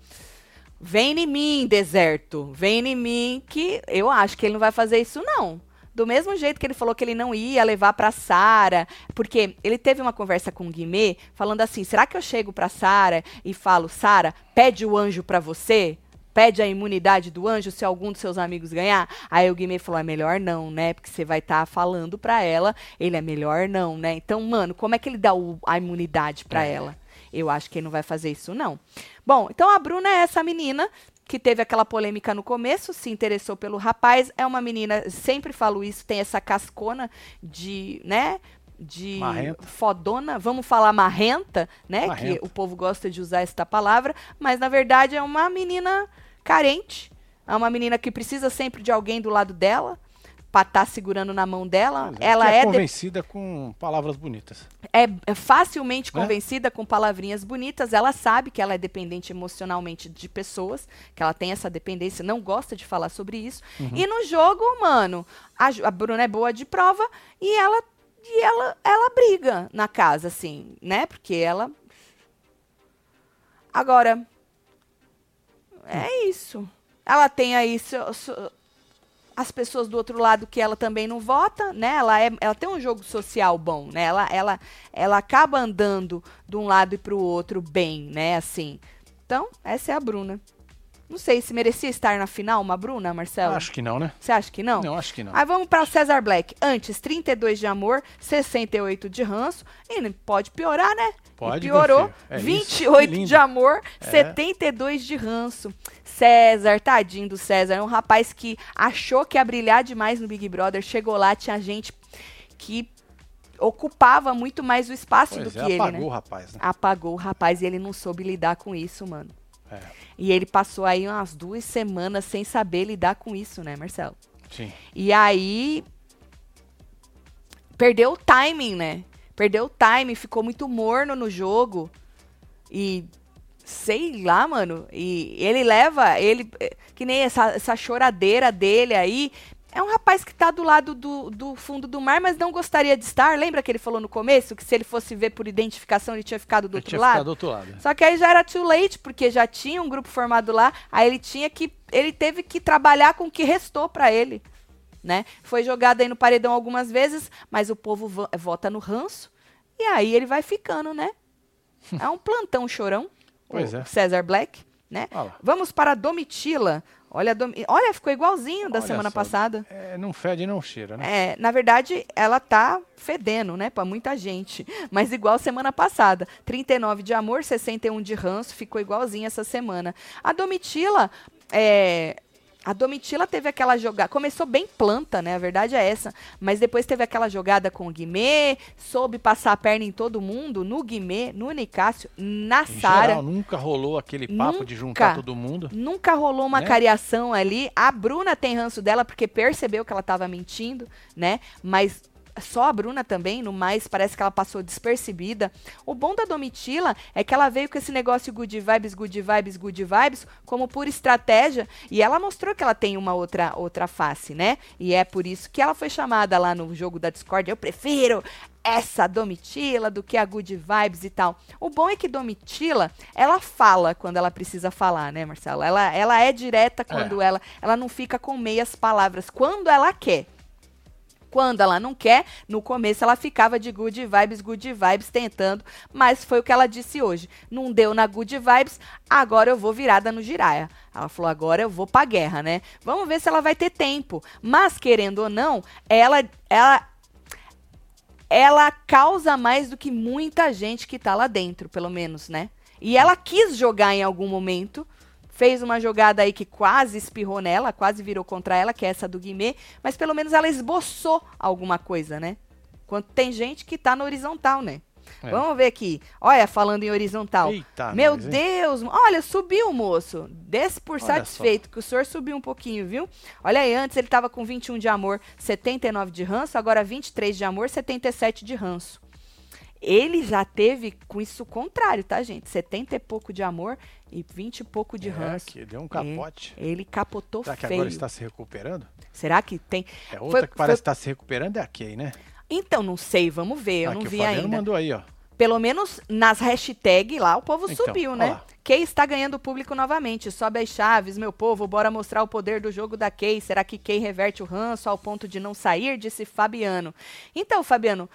Speaker 1: Vem em mim, deserto. Vem em mim, que eu acho que ele não vai fazer isso, não. Do mesmo jeito que ele falou que ele não ia levar pra Sara, porque ele teve uma conversa com o Guimê, falando assim, será que eu chego pra Sara e falo, Sara, pede o anjo pra você? Pede a imunidade do anjo se algum dos seus amigos ganhar? Aí o Guimê falou, é melhor não, né? Porque você vai estar tá falando pra ela, ele é melhor não, né? Então, mano, como é que ele dá o, a imunidade pra
Speaker 2: é.
Speaker 1: ela? Eu acho que ele não vai fazer isso, não. Bom, então a Bruna é essa menina que teve aquela polêmica no começo, se interessou pelo rapaz, é uma menina, sempre falo isso, tem essa cascona de, né, de
Speaker 2: marrenta.
Speaker 1: Fodona, vamos falar marrenta, né,
Speaker 2: Marrenta.
Speaker 1: que o povo gosta de usar esta palavra, mas na verdade é uma menina carente, é uma menina que precisa sempre de alguém do lado dela, pra estar tá segurando na mão dela.
Speaker 2: É,
Speaker 1: ela
Speaker 2: é,
Speaker 1: é
Speaker 2: convencida de... com palavras bonitas.
Speaker 1: É, é facilmente
Speaker 2: né?
Speaker 1: convencida com palavrinhas bonitas. Ela sabe que ela é dependente emocionalmente de pessoas, que ela tem essa dependência, não gosta de falar sobre isso. Uhum. E no jogo, mano, a, a Bruna é boa de prova e ela e ela ela briga na casa, assim, né? Porque ela agora é isso. Ela tem aí so, so, as pessoas do outro lado que ela também não vota, né? Ela, é, ela tem um jogo social bom, né? Ela, ela, ela acaba andando de um lado e pro outro bem, né? Assim. Então, essa é a Bruna. Não sei se merecia estar na final uma Bruna, Marcelo?
Speaker 2: Acho que não, né?
Speaker 1: Você acha que não?
Speaker 2: Não, acho que não.
Speaker 1: Aí vamos para o César Black. Antes, trinta e dois de amor, sessenta e oito de ranço. E pode piorar, né?
Speaker 2: Pode,
Speaker 1: e piorou.
Speaker 2: É
Speaker 1: vinte e oito de amor, é. setenta e dois de ranço. César, tadinho do César. É um rapaz que achou que ia brilhar demais no Big Brother. Chegou lá, tinha gente que ocupava muito mais o espaço
Speaker 2: pois
Speaker 1: do
Speaker 2: é,
Speaker 1: que ele, né?
Speaker 2: Apagou o rapaz, né?
Speaker 1: Apagou o rapaz e ele não soube lidar com isso, mano.
Speaker 2: É.
Speaker 1: E ele passou aí umas duas semanas sem saber lidar com isso, né, Marcelo?
Speaker 2: Sim.
Speaker 1: E aí perdeu o timing, né? Perdeu o timing, ficou muito morno no jogo. E sei lá, mano. E ele leva, ele que nem essa, essa choradeira dele aí. É um rapaz que tá do lado do, do fundo do mar, mas não gostaria de estar. Lembra que ele falou no começo que se ele fosse ver por identificação, ele tinha ficado do
Speaker 2: ele
Speaker 1: outro
Speaker 2: tinha
Speaker 1: lado?
Speaker 2: Ficado do outro lado.
Speaker 1: Só que aí já era too late, porque já tinha um grupo formado lá. Aí ele tinha que. Ele teve que trabalhar com o que restou pra ele. né? Foi jogado aí no paredão algumas vezes, mas o povo vo- vota no ranço, e aí ele vai ficando, né? É um plantão chorão,
Speaker 2: Pois
Speaker 1: o
Speaker 2: é.
Speaker 1: César Black, né?
Speaker 2: Olha lá.
Speaker 1: Vamos para a Domitila. Olha, a Domi- Olha, ficou igualzinho da
Speaker 2: Olha
Speaker 1: semana
Speaker 2: só,
Speaker 1: passada.
Speaker 2: É, não fede e não cheira, né?
Speaker 1: É, na verdade, ela tá fedendo, né, pra muita gente. Mas igual semana passada. trinta e nove de amor, sessenta e um de ranço, ficou igualzinho essa semana. A Domitila, é, a Domitila teve aquela jogada, começou bem planta, né, a verdade é essa, mas depois teve aquela jogada com o Guimê, soube passar a perna em todo mundo, no Guimê, no Nicásio, na
Speaker 2: Em
Speaker 1: Sara.
Speaker 2: geral, nunca rolou aquele papo
Speaker 1: Nunca.
Speaker 2: de juntar todo mundo.
Speaker 1: Nunca rolou uma
Speaker 2: Né?
Speaker 1: cariação ali. A Bruna tem ranço dela porque percebeu que ela tava mentindo, né? Mas só a Bruna também, no mais, parece que ela passou despercebida. O bom da Domitila é que ela veio com esse negócio good vibes, good vibes, good vibes, como pura estratégia, e ela mostrou que ela tem uma outra, outra face, né? E é por isso que ela foi chamada lá no jogo da Discord. Eu prefiro essa Domitila do que a good vibes e tal. O bom é que Domitila, ela fala quando ela precisa falar, né, Marcelo? Ela, ela é direta quando ela, ela não fica com meias palavras, quando ela quer. Quando ela não quer, no começo ela ficava de good vibes, good vibes, tentando, mas foi o que ela disse hoje. Não deu na good vibes, agora eu vou virada no Jiraya. Ela falou, agora eu vou pra guerra, né? Vamos ver se ela vai ter tempo. Mas, querendo ou não, ela, ela, ela causa mais do que muita gente que tá lá dentro, pelo menos, né? E ela quis jogar em algum momento, fez uma jogada aí que quase espirrou nela, quase virou contra ela, que é essa do Guimê, mas pelo menos ela esboçou alguma coisa, né? Quando tem gente que tá na horizontal, né?
Speaker 2: É.
Speaker 1: Vamos ver aqui. Olha, falando em horizontal.
Speaker 2: Eita,
Speaker 1: Meu
Speaker 2: nós, hein?
Speaker 1: Deus, olha, subiu, moço. Desce por
Speaker 2: Olha
Speaker 1: satisfeito, que o senhor subiu um pouquinho, viu? Olha aí, antes ele tava com vinte e um de amor, setenta e nove de ranço, agora vinte e três de amor, setenta e sete de ranço. Ele já teve com isso contrário, tá, gente? setenta e pouco de amor e vinte e pouco de
Speaker 2: É,
Speaker 1: ranço.
Speaker 2: que deu um capote.
Speaker 1: É, ele capotou
Speaker 2: Será que
Speaker 1: feio.
Speaker 2: agora está se recuperando?
Speaker 1: Será que tem?
Speaker 2: É outra
Speaker 1: Foi-
Speaker 2: que parece
Speaker 1: foi-
Speaker 2: estar se recuperando é a Kay, né?
Speaker 1: Então, não sei, vamos ver, eu
Speaker 2: Ah,
Speaker 1: não
Speaker 2: que o
Speaker 1: vi
Speaker 2: Fabiano
Speaker 1: ainda.
Speaker 2: mandou aí, ó.
Speaker 1: Pelo menos nas hashtags lá, o povo
Speaker 2: Então,
Speaker 1: subiu,
Speaker 2: ó
Speaker 1: né?
Speaker 2: lá.
Speaker 1: Kay está ganhando público novamente. Sobe as chaves, meu povo, bora mostrar o poder do jogo da Kay. Será que Kay reverte o ranço ao ponto de não sair? Disse Fabiano. Então, Fabiano,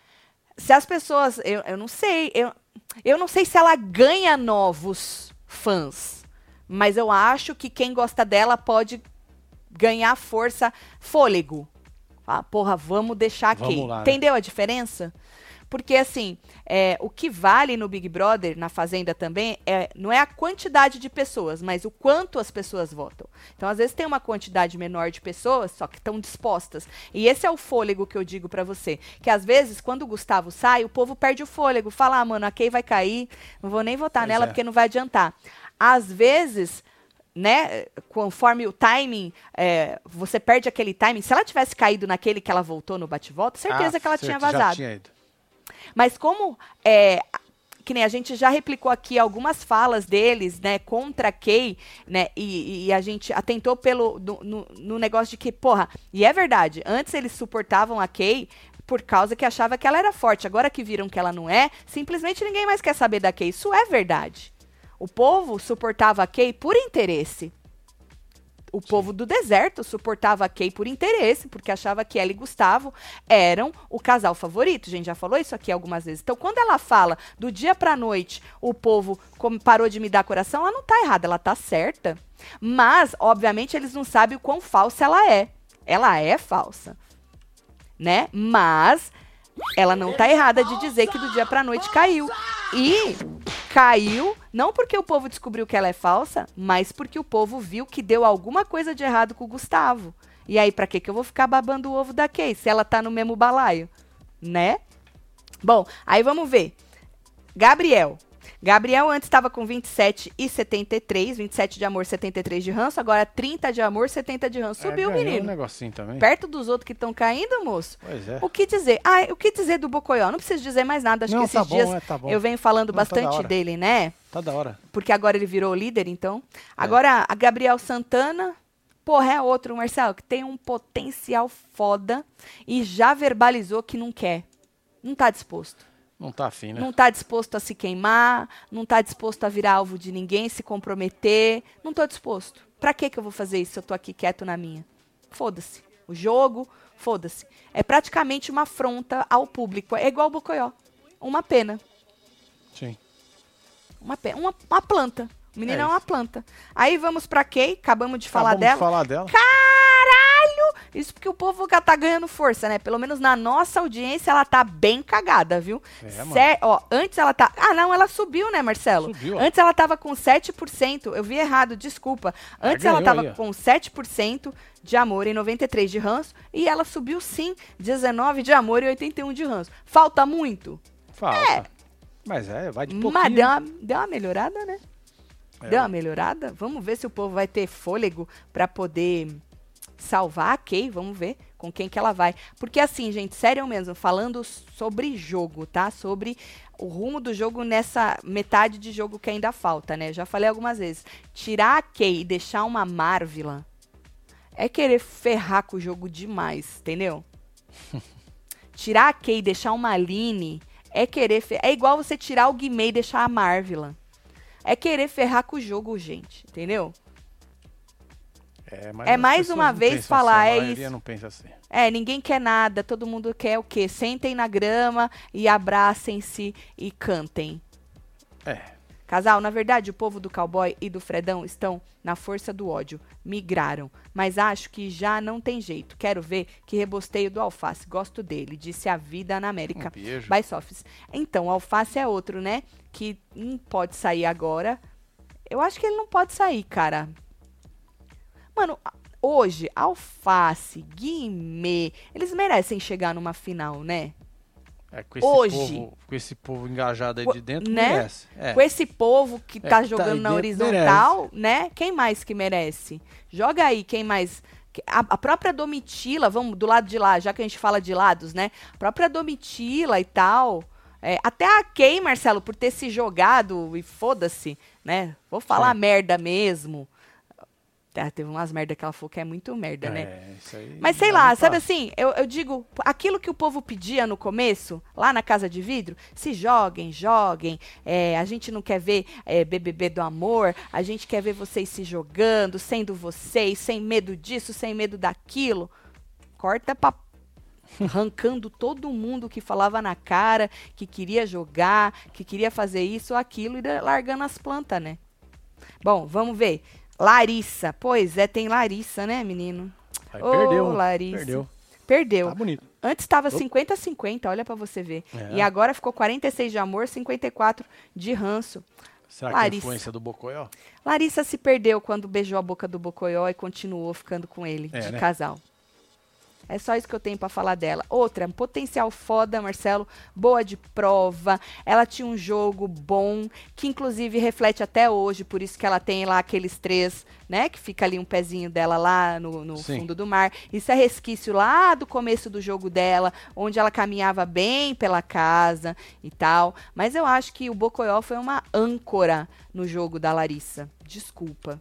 Speaker 1: se as pessoas... Eu, eu não sei, eu, eu não sei se ela ganha novos fãs, mas eu acho que quem gosta dela pode ganhar força, fôlego. Ah, porra, vamos deixar
Speaker 2: Vamos
Speaker 1: Kay.
Speaker 2: lá, né?
Speaker 1: Entendeu a diferença? Porque, assim, é, o que vale no Big Brother, na Fazenda também, é, não é a quantidade de pessoas, mas o quanto as pessoas votam. Então, às vezes, tem uma quantidade menor de pessoas, só que estão dispostas. E esse é o fôlego que eu digo pra você. Que, às vezes, quando o Gustavo sai, o povo perde o fôlego. Fala, ah, mano, a Kay vai cair, não vou nem votar
Speaker 2: Pois
Speaker 1: nela
Speaker 2: é.
Speaker 1: porque não vai adiantar. Às vezes... né, conforme o timing, é, você perde aquele timing. Se ela tivesse caído naquele que ela voltou no bate-volta, certeza
Speaker 2: Ah,
Speaker 1: que ela
Speaker 2: certo,
Speaker 1: tinha
Speaker 2: já
Speaker 1: vazado.
Speaker 2: tinha ido.
Speaker 1: Mas como, é, que nem a gente já replicou aqui algumas falas deles, né, contra a Kay, né, e, e a gente atentou pelo, no, no, no negócio de que, porra, e é verdade, antes eles suportavam a Kay por causa que achava que ela era forte. Agora que viram que ela não é, simplesmente ninguém mais quer saber da Kay. Isso é verdade. O povo suportava a Kay por interesse. O povo do deserto suportava a Kay por interesse, porque achava que ela e Gustavo eram o casal favorito. A gente já falou isso aqui algumas vezes. Então, quando ela fala do dia pra noite, o povo como parou de me dar coração, ela não tá errada, ela tá certa. Mas, obviamente, eles não sabem o quão falsa ela é. Ela é falsa, né? Mas ela não tá errada de dizer que do dia pra noite caiu. E caiu, não porque o povo descobriu que ela é falsa, mas porque o povo viu que deu alguma coisa de errado com o Gustavo. E aí, pra que que eu vou ficar babando o ovo da Kay, se ela tá no mesmo balaio, né? Bom, aí vamos ver. Gabriel. Gabriel antes estava com vinte e sete e setenta e três, vinte e sete de amor, setenta e três de ranço, agora trinta de amor, setenta de ranço. Subiu,
Speaker 2: é, ganhou
Speaker 1: menino.
Speaker 2: um negocinho também.
Speaker 1: Perto dos outros que estão caindo, moço.
Speaker 2: Pois é.
Speaker 1: O que dizer? Ah, o que dizer do Bocoió? Não preciso dizer mais nada. Acho
Speaker 2: Não,
Speaker 1: que esses
Speaker 2: tá bom,
Speaker 1: dias
Speaker 2: é, tá bom.
Speaker 1: eu venho falando
Speaker 2: Não, tá da
Speaker 1: bastante
Speaker 2: hora.
Speaker 1: dele, né?
Speaker 2: Tá da hora.
Speaker 1: Porque agora ele virou líder, então. Agora, a Gabriel Santana, porra, é outro, Marcelo, que tem um potencial foda e já verbalizou que não quer. Não tá disposto.
Speaker 2: Não tá afim, né?
Speaker 1: Não tá disposto a se queimar, não tá disposto a virar alvo de ninguém, se comprometer. Não tô disposto. Pra que que eu vou fazer isso se eu tô aqui quieto na minha? Foda-se. o jogo, foda-se. É praticamente uma afronta ao público. É igual o Bocoió. Uma pena.
Speaker 2: Sim.
Speaker 1: Uma pena. Uma, uma planta. O menino é,
Speaker 2: É
Speaker 1: uma
Speaker 2: isso.
Speaker 1: planta. Aí vamos pra Kay. Acabamos de falar
Speaker 2: Acabamos
Speaker 1: dela.
Speaker 2: de falar dela.
Speaker 1: Caralho! Isso porque o povo já tá ganhando força, né? Pelo menos na nossa audiência ela tá bem cagada, viu?
Speaker 2: É, mano.
Speaker 1: Cer- Ó, antes ela tá... Ah, não, ela subiu, né, Marcelo?
Speaker 2: Subiu, ó.
Speaker 1: Antes ela tava com sete por cento. Eu vi errado, desculpa.
Speaker 2: Ah,
Speaker 1: Antes ela
Speaker 2: ganhou
Speaker 1: tava
Speaker 2: aí, ó.
Speaker 1: com sete por cento de amor e noventa e três de ranço. E ela subiu sim, dezenove de amor e oitenta e um de ranço. Falta muito?
Speaker 2: Falta. Mas é, vai de pouquinho.
Speaker 1: Mas deu uma, deu uma melhorada, né?
Speaker 2: É,
Speaker 1: Deu uma melhorada? Vamos ver se o povo vai ter fôlego pra poder salvar a Kay. Vamos ver com quem que ela vai. Porque assim, gente, sério mesmo, falando sobre jogo, tá? Sobre o rumo do jogo nessa metade de jogo que ainda falta, né? Já falei algumas vezes. Tirar a Kay e deixar uma Marvila é querer ferrar com o jogo demais, entendeu? Tirar a Kay e deixar uma Aline é querer... Fer... É igual você tirar o Guimê e deixar a Marvila. É querer ferrar com o jogo, gente, entendeu?
Speaker 2: É, mas
Speaker 1: É
Speaker 2: as
Speaker 1: mais
Speaker 2: pessoas
Speaker 1: uma
Speaker 2: não
Speaker 1: vez
Speaker 2: pensam
Speaker 1: falar,
Speaker 2: assim,
Speaker 1: é
Speaker 2: a maioria
Speaker 1: isso.
Speaker 2: não pensa assim.
Speaker 1: É, ninguém quer nada, todo mundo quer o quê? Sentem na grama e abracem-se e cantem.
Speaker 2: É.
Speaker 1: Casal, na verdade, o povo do cowboy e do Fredão estão na força do ódio. Migraram. Mas acho que já não tem jeito. Quero ver que rebosteio do Alface. Gosto dele. Disse a vida na América.
Speaker 2: Um beijo.
Speaker 1: By Sofis. Então, o Alface é outro, né? Que não pode sair agora. Eu acho que ele não pode sair, cara. Mano, hoje, Alface, Guimê, eles merecem chegar numa final, né?
Speaker 2: É, com esse
Speaker 1: Hoje.
Speaker 2: Povo, com esse povo engajado aí
Speaker 1: Co-
Speaker 2: de dentro,
Speaker 1: né?
Speaker 2: merece. É.
Speaker 1: Com esse povo que
Speaker 2: É,
Speaker 1: tá
Speaker 2: que tá
Speaker 1: jogando
Speaker 2: aí
Speaker 1: na
Speaker 2: dentro,
Speaker 1: horizontal, né? Quem mais que merece? Joga aí, quem mais... A, a própria Domitila, vamos do lado de lá, já que a gente fala de lados, né? A própria Domitila e tal... É, até a Kay, Marcelo, por ter se jogado e foda-se, né? Vou falar
Speaker 2: Sim.
Speaker 1: merda mesmo. Ah, teve umas merda que ela falou que é muito merda, né?
Speaker 2: É, isso aí.
Speaker 1: Mas sei
Speaker 2: não
Speaker 1: lá,
Speaker 2: me
Speaker 1: sabe
Speaker 2: passa.
Speaker 1: assim, eu, eu digo, aquilo que o povo pedia no começo, lá na Casa de Vidro, se joguem, joguem, é, a gente não quer ver é, B B B do amor, a gente quer ver vocês se jogando, sendo vocês, sem medo disso, sem medo daquilo. Corta pra... arrancando todo mundo que falava na cara, que queria jogar, que queria fazer isso ou aquilo e largando as plantas, né? Bom, vamos ver. Larissa. Pois é, tem Larissa, né, menino?
Speaker 2: Aí
Speaker 1: Ô,
Speaker 2: perdeu.
Speaker 1: Larissa.
Speaker 2: Perdeu.
Speaker 1: Perdeu.
Speaker 2: Tá bonito.
Speaker 1: Antes estava cinquenta a cinquenta, olha pra você ver.
Speaker 2: É.
Speaker 1: E agora ficou quarenta e seis de amor, cinquenta e quatro de ranço.
Speaker 2: Será que é a
Speaker 1: Larissa.
Speaker 2: influência do Bocoió?
Speaker 1: Larissa se perdeu quando beijou a boca do Bocoió e continuou ficando com ele,
Speaker 2: É,
Speaker 1: de
Speaker 2: né?
Speaker 1: casal. É só isso que eu tenho pra falar dela. Outra, potencial foda, Marcelo, boa de prova. Ela tinha um jogo bom, que inclusive reflete até hoje, por isso que ela tem lá aqueles três, né? Que fica ali um pezinho dela lá no, no
Speaker 2: Sim.
Speaker 1: fundo do mar. Isso é resquício lá do começo do jogo dela, onde ela caminhava bem pela casa e tal. Mas eu acho que o Bocoió foi uma âncora no jogo da Larissa. Desculpa.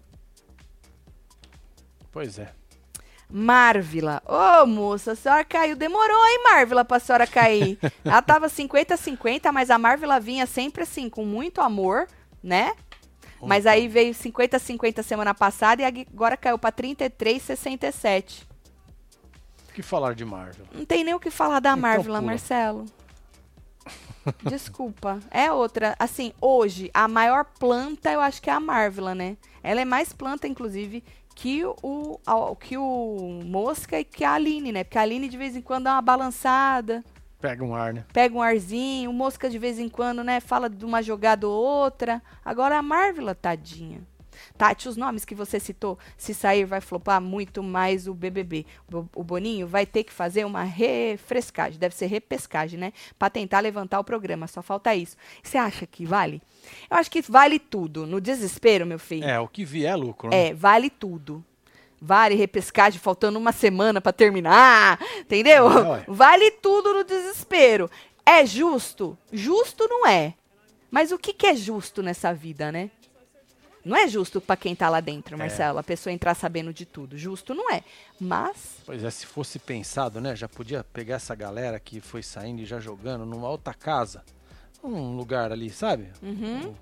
Speaker 2: Pois é.
Speaker 1: Marvila. Ô, moça, a senhora caiu. Demorou, hein, Marvila, pra senhora cair. Ela tava cinquenta a cinquenta, mas a Marvila vinha sempre assim, com muito amor, né? Mas
Speaker 2: Muito
Speaker 1: aí veio cinquenta a cinquenta semana passada e agora caiu pra trinta e três a sessenta e sete.
Speaker 2: O que falar de Marvel?
Speaker 1: Não tem nem o que falar da
Speaker 2: Então
Speaker 1: Marvila,
Speaker 2: pula.
Speaker 1: Marcelo. Desculpa. É outra. Assim, hoje, a maior planta eu acho que é a Marvila, né? Ela é mais planta, inclusive, que o, a- que o Mosca e que a Aline, né? Porque a Aline de vez em quando dá uma balançada,
Speaker 2: Pega um ar, né?
Speaker 1: pega um arzinho, o Mosca de vez em quando, né, fala de uma jogada ou outra. Agora a Marvila, tadinha. Tati, os nomes que você citou, se sair vai flopar muito mais o B B B. O, o Boninho vai ter que fazer uma refrescagem, deve ser repescagem, né? Pra tentar levantar o programa, só falta isso. Você acha que vale? Eu acho que vale tudo. No desespero, meu filho.
Speaker 2: É, o que vier é lucro, né?
Speaker 1: É, vale tudo. Vale repescagem, faltando uma semana pra terminar, entendeu?
Speaker 2: É, ué.
Speaker 1: Vale tudo no desespero. É justo? Justo não é. Mas o que, que é justo nessa vida, né? Não é justo pra quem tá lá dentro, Marcelo, a pessoa entrar sabendo de tudo. Justo não é. Mas,
Speaker 2: Pois é, se fosse pensado, né? Já podia pegar essa galera que foi saindo e já jogando numa outra casa. Um lugar ali, sabe?
Speaker 1: uhum.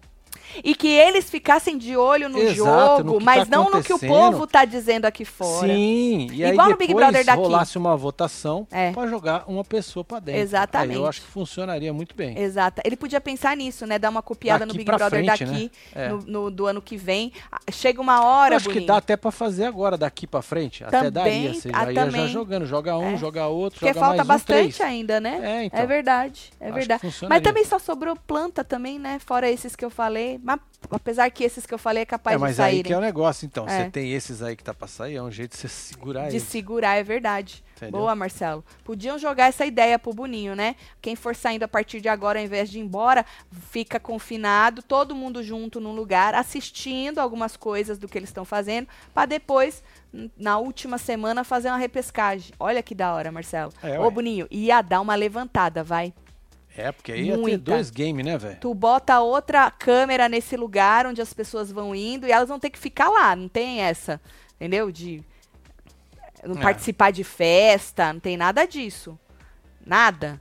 Speaker 1: E que eles ficassem de olho no
Speaker 2: Exato,
Speaker 1: jogo,
Speaker 2: no que
Speaker 1: mas
Speaker 2: tá
Speaker 1: não no que o
Speaker 2: acontecendo.
Speaker 1: povo tá dizendo aqui fora.
Speaker 2: Sim, e aí
Speaker 1: Igual no
Speaker 2: depois
Speaker 1: Big Brother daqui.
Speaker 2: rolasse uma votação
Speaker 1: É.
Speaker 2: pra jogar uma pessoa pra dentro.
Speaker 1: Exatamente.
Speaker 2: Aí eu acho que funcionaria muito bem.
Speaker 1: Exato. Ele podia pensar nisso, né? Dar uma copiada
Speaker 2: Daqui
Speaker 1: no Big
Speaker 2: pra
Speaker 1: Brother
Speaker 2: frente,
Speaker 1: daqui,
Speaker 2: né? É.
Speaker 1: no, no- do ano que vem. Ah, chega uma hora,
Speaker 2: Eu acho
Speaker 1: Boninho.
Speaker 2: que dá até pra fazer agora, daqui pra frente. Até
Speaker 1: Também,
Speaker 2: daria. Você
Speaker 1: ah,
Speaker 2: já ia já
Speaker 1: também.
Speaker 2: jogando. Joga um,
Speaker 1: É.
Speaker 2: joga outro,
Speaker 1: Porque
Speaker 2: joga
Speaker 1: falta
Speaker 2: mais um,
Speaker 1: bastante
Speaker 2: três.
Speaker 1: ainda, né?
Speaker 2: É, então.
Speaker 1: É verdade, é
Speaker 2: Acho
Speaker 1: verdade.
Speaker 2: que
Speaker 1: Mas
Speaker 2: funcionaria.
Speaker 1: também só sobrou planta também, né? Fora esses que eu falei. Mas, apesar que esses que eu falei é capaz
Speaker 2: É, mas
Speaker 1: de
Speaker 2: aí
Speaker 1: saírem.
Speaker 2: que é o negócio, então.
Speaker 1: É.
Speaker 2: Você tem esses aí que tá pra sair, é um jeito de você segurar
Speaker 1: De
Speaker 2: eles.
Speaker 1: segurar, é verdade.
Speaker 2: Entendeu?
Speaker 1: Boa, Marcelo. Podiam jogar essa ideia pro Boninho, né? Quem for saindo a partir de agora, ao invés de ir embora, fica confinado, todo mundo junto num lugar, assistindo algumas coisas do que eles estão fazendo, pra depois, n- na última semana, fazer uma repescagem. Olha que da hora, Marcelo.
Speaker 2: É,
Speaker 1: Ô,
Speaker 2: ué.
Speaker 1: Boninho, ia dar uma levantada, vai.
Speaker 2: É, porque aí ia ter
Speaker 1: Muita.
Speaker 2: dois games, né, velho?
Speaker 1: Tu bota outra câmera nesse lugar onde as pessoas vão indo e elas vão ter que ficar lá, não tem essa, entendeu? De não
Speaker 2: É.
Speaker 1: participar de festa, não tem nada disso. Nada.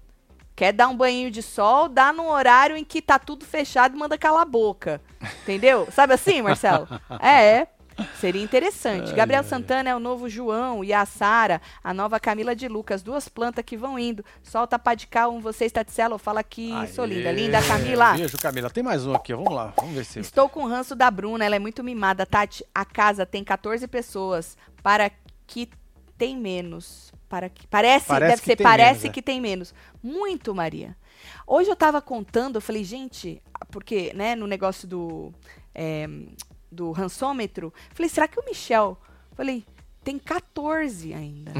Speaker 1: Quer dar um banho de sol, dá num horário em que tá tudo fechado e manda calar a boca. Entendeu? Sabe assim, Marcelo? É, é. Seria interessante.
Speaker 2: Ai,
Speaker 1: Gabriel
Speaker 2: ai.
Speaker 1: Santana é o novo João e a Sara, a nova Camila de Lucas. Duas plantas que vão indo. Solta pá de cá, um você está de celo. Fala aqui, sou linda. Linda, Camila.
Speaker 2: Beijo, Camila. Tem mais um aqui, ó. Vamos lá. Vamos ver se...
Speaker 1: Estou com o ranço da Bruna, ela é muito mimada. Tati, a casa tem quatorze pessoas. Para que tem menos. Para que... Parece,
Speaker 2: Parece
Speaker 1: deve
Speaker 2: que
Speaker 1: ser,
Speaker 2: tem
Speaker 1: parece
Speaker 2: menos, é.
Speaker 1: que tem menos. Muito, Maria. Hoje eu tava contando, eu falei, gente, porque, né, no negócio do, é, do rançômetro, falei, será que o Michel, falei, tem quatorze ainda.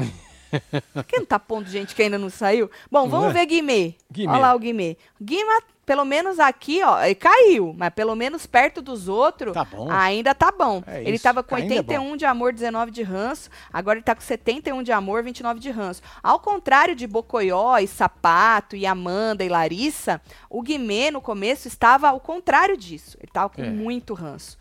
Speaker 1: Por que não tá pondo gente que ainda não saiu? Bom, vamos
Speaker 2: Não é?
Speaker 1: ver Guimê.
Speaker 2: Guimê.
Speaker 1: Olha lá o Guimê. Guima, pelo menos aqui, ó, ele caiu, mas pelo menos perto dos outros,
Speaker 2: Tá bom.
Speaker 1: ainda tá bom.
Speaker 2: É
Speaker 1: ele
Speaker 2: isso,
Speaker 1: tava com
Speaker 2: ainda é
Speaker 1: oitenta e um de amor, dezenove de ranço, agora ele tá com setenta e um de amor, vinte e nove de ranço. Ao contrário de Bocoió e Sapato e Amanda e Larissa, o Guimê no começo estava ao contrário disso. Ele tava com
Speaker 2: É.
Speaker 1: muito ranço.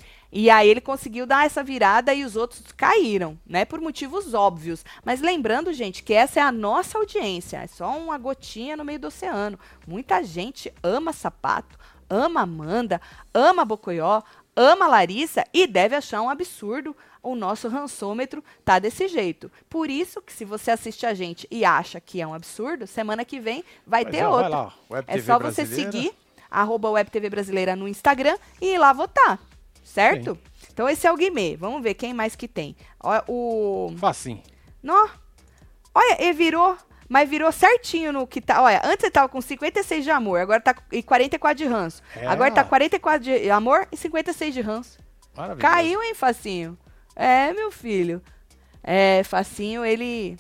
Speaker 1: E aí ele conseguiu dar essa virada e os outros caíram, né? Por motivos óbvios. Mas lembrando, gente, que essa é a nossa audiência. É só uma gotinha no meio do oceano. Muita gente ama Sapato, ama Amanda, ama Bocoió, ama Larissa e deve achar um absurdo o nosso rançômetro tá desse jeito. Por isso que se você assiste a gente e acha que é um absurdo, semana que vem vai
Speaker 2: Mas,
Speaker 1: ter
Speaker 2: ó, vai
Speaker 1: outra.
Speaker 2: lá, Web
Speaker 1: É
Speaker 2: T V
Speaker 1: só você
Speaker 2: Brasileira.
Speaker 1: seguir arroba Web T V Brasileira no Instagram e ir lá votar. Certo? Então esse é o Guimê. Vamos ver quem mais que tem. Ó, o...
Speaker 2: Facinho.
Speaker 1: Nó. Olha, ele virou, mas virou certinho no que tá. Olha, antes ele tava com cinquenta e seis de amor, agora tá com e quarenta e quatro de ranço.
Speaker 2: É.
Speaker 1: Agora tá quarenta e quatro de amor e cinquenta e seis de ranço.
Speaker 2: Maravilhoso.
Speaker 1: Caiu, hein, Facinho? É, meu filho. É, Facinho, ele...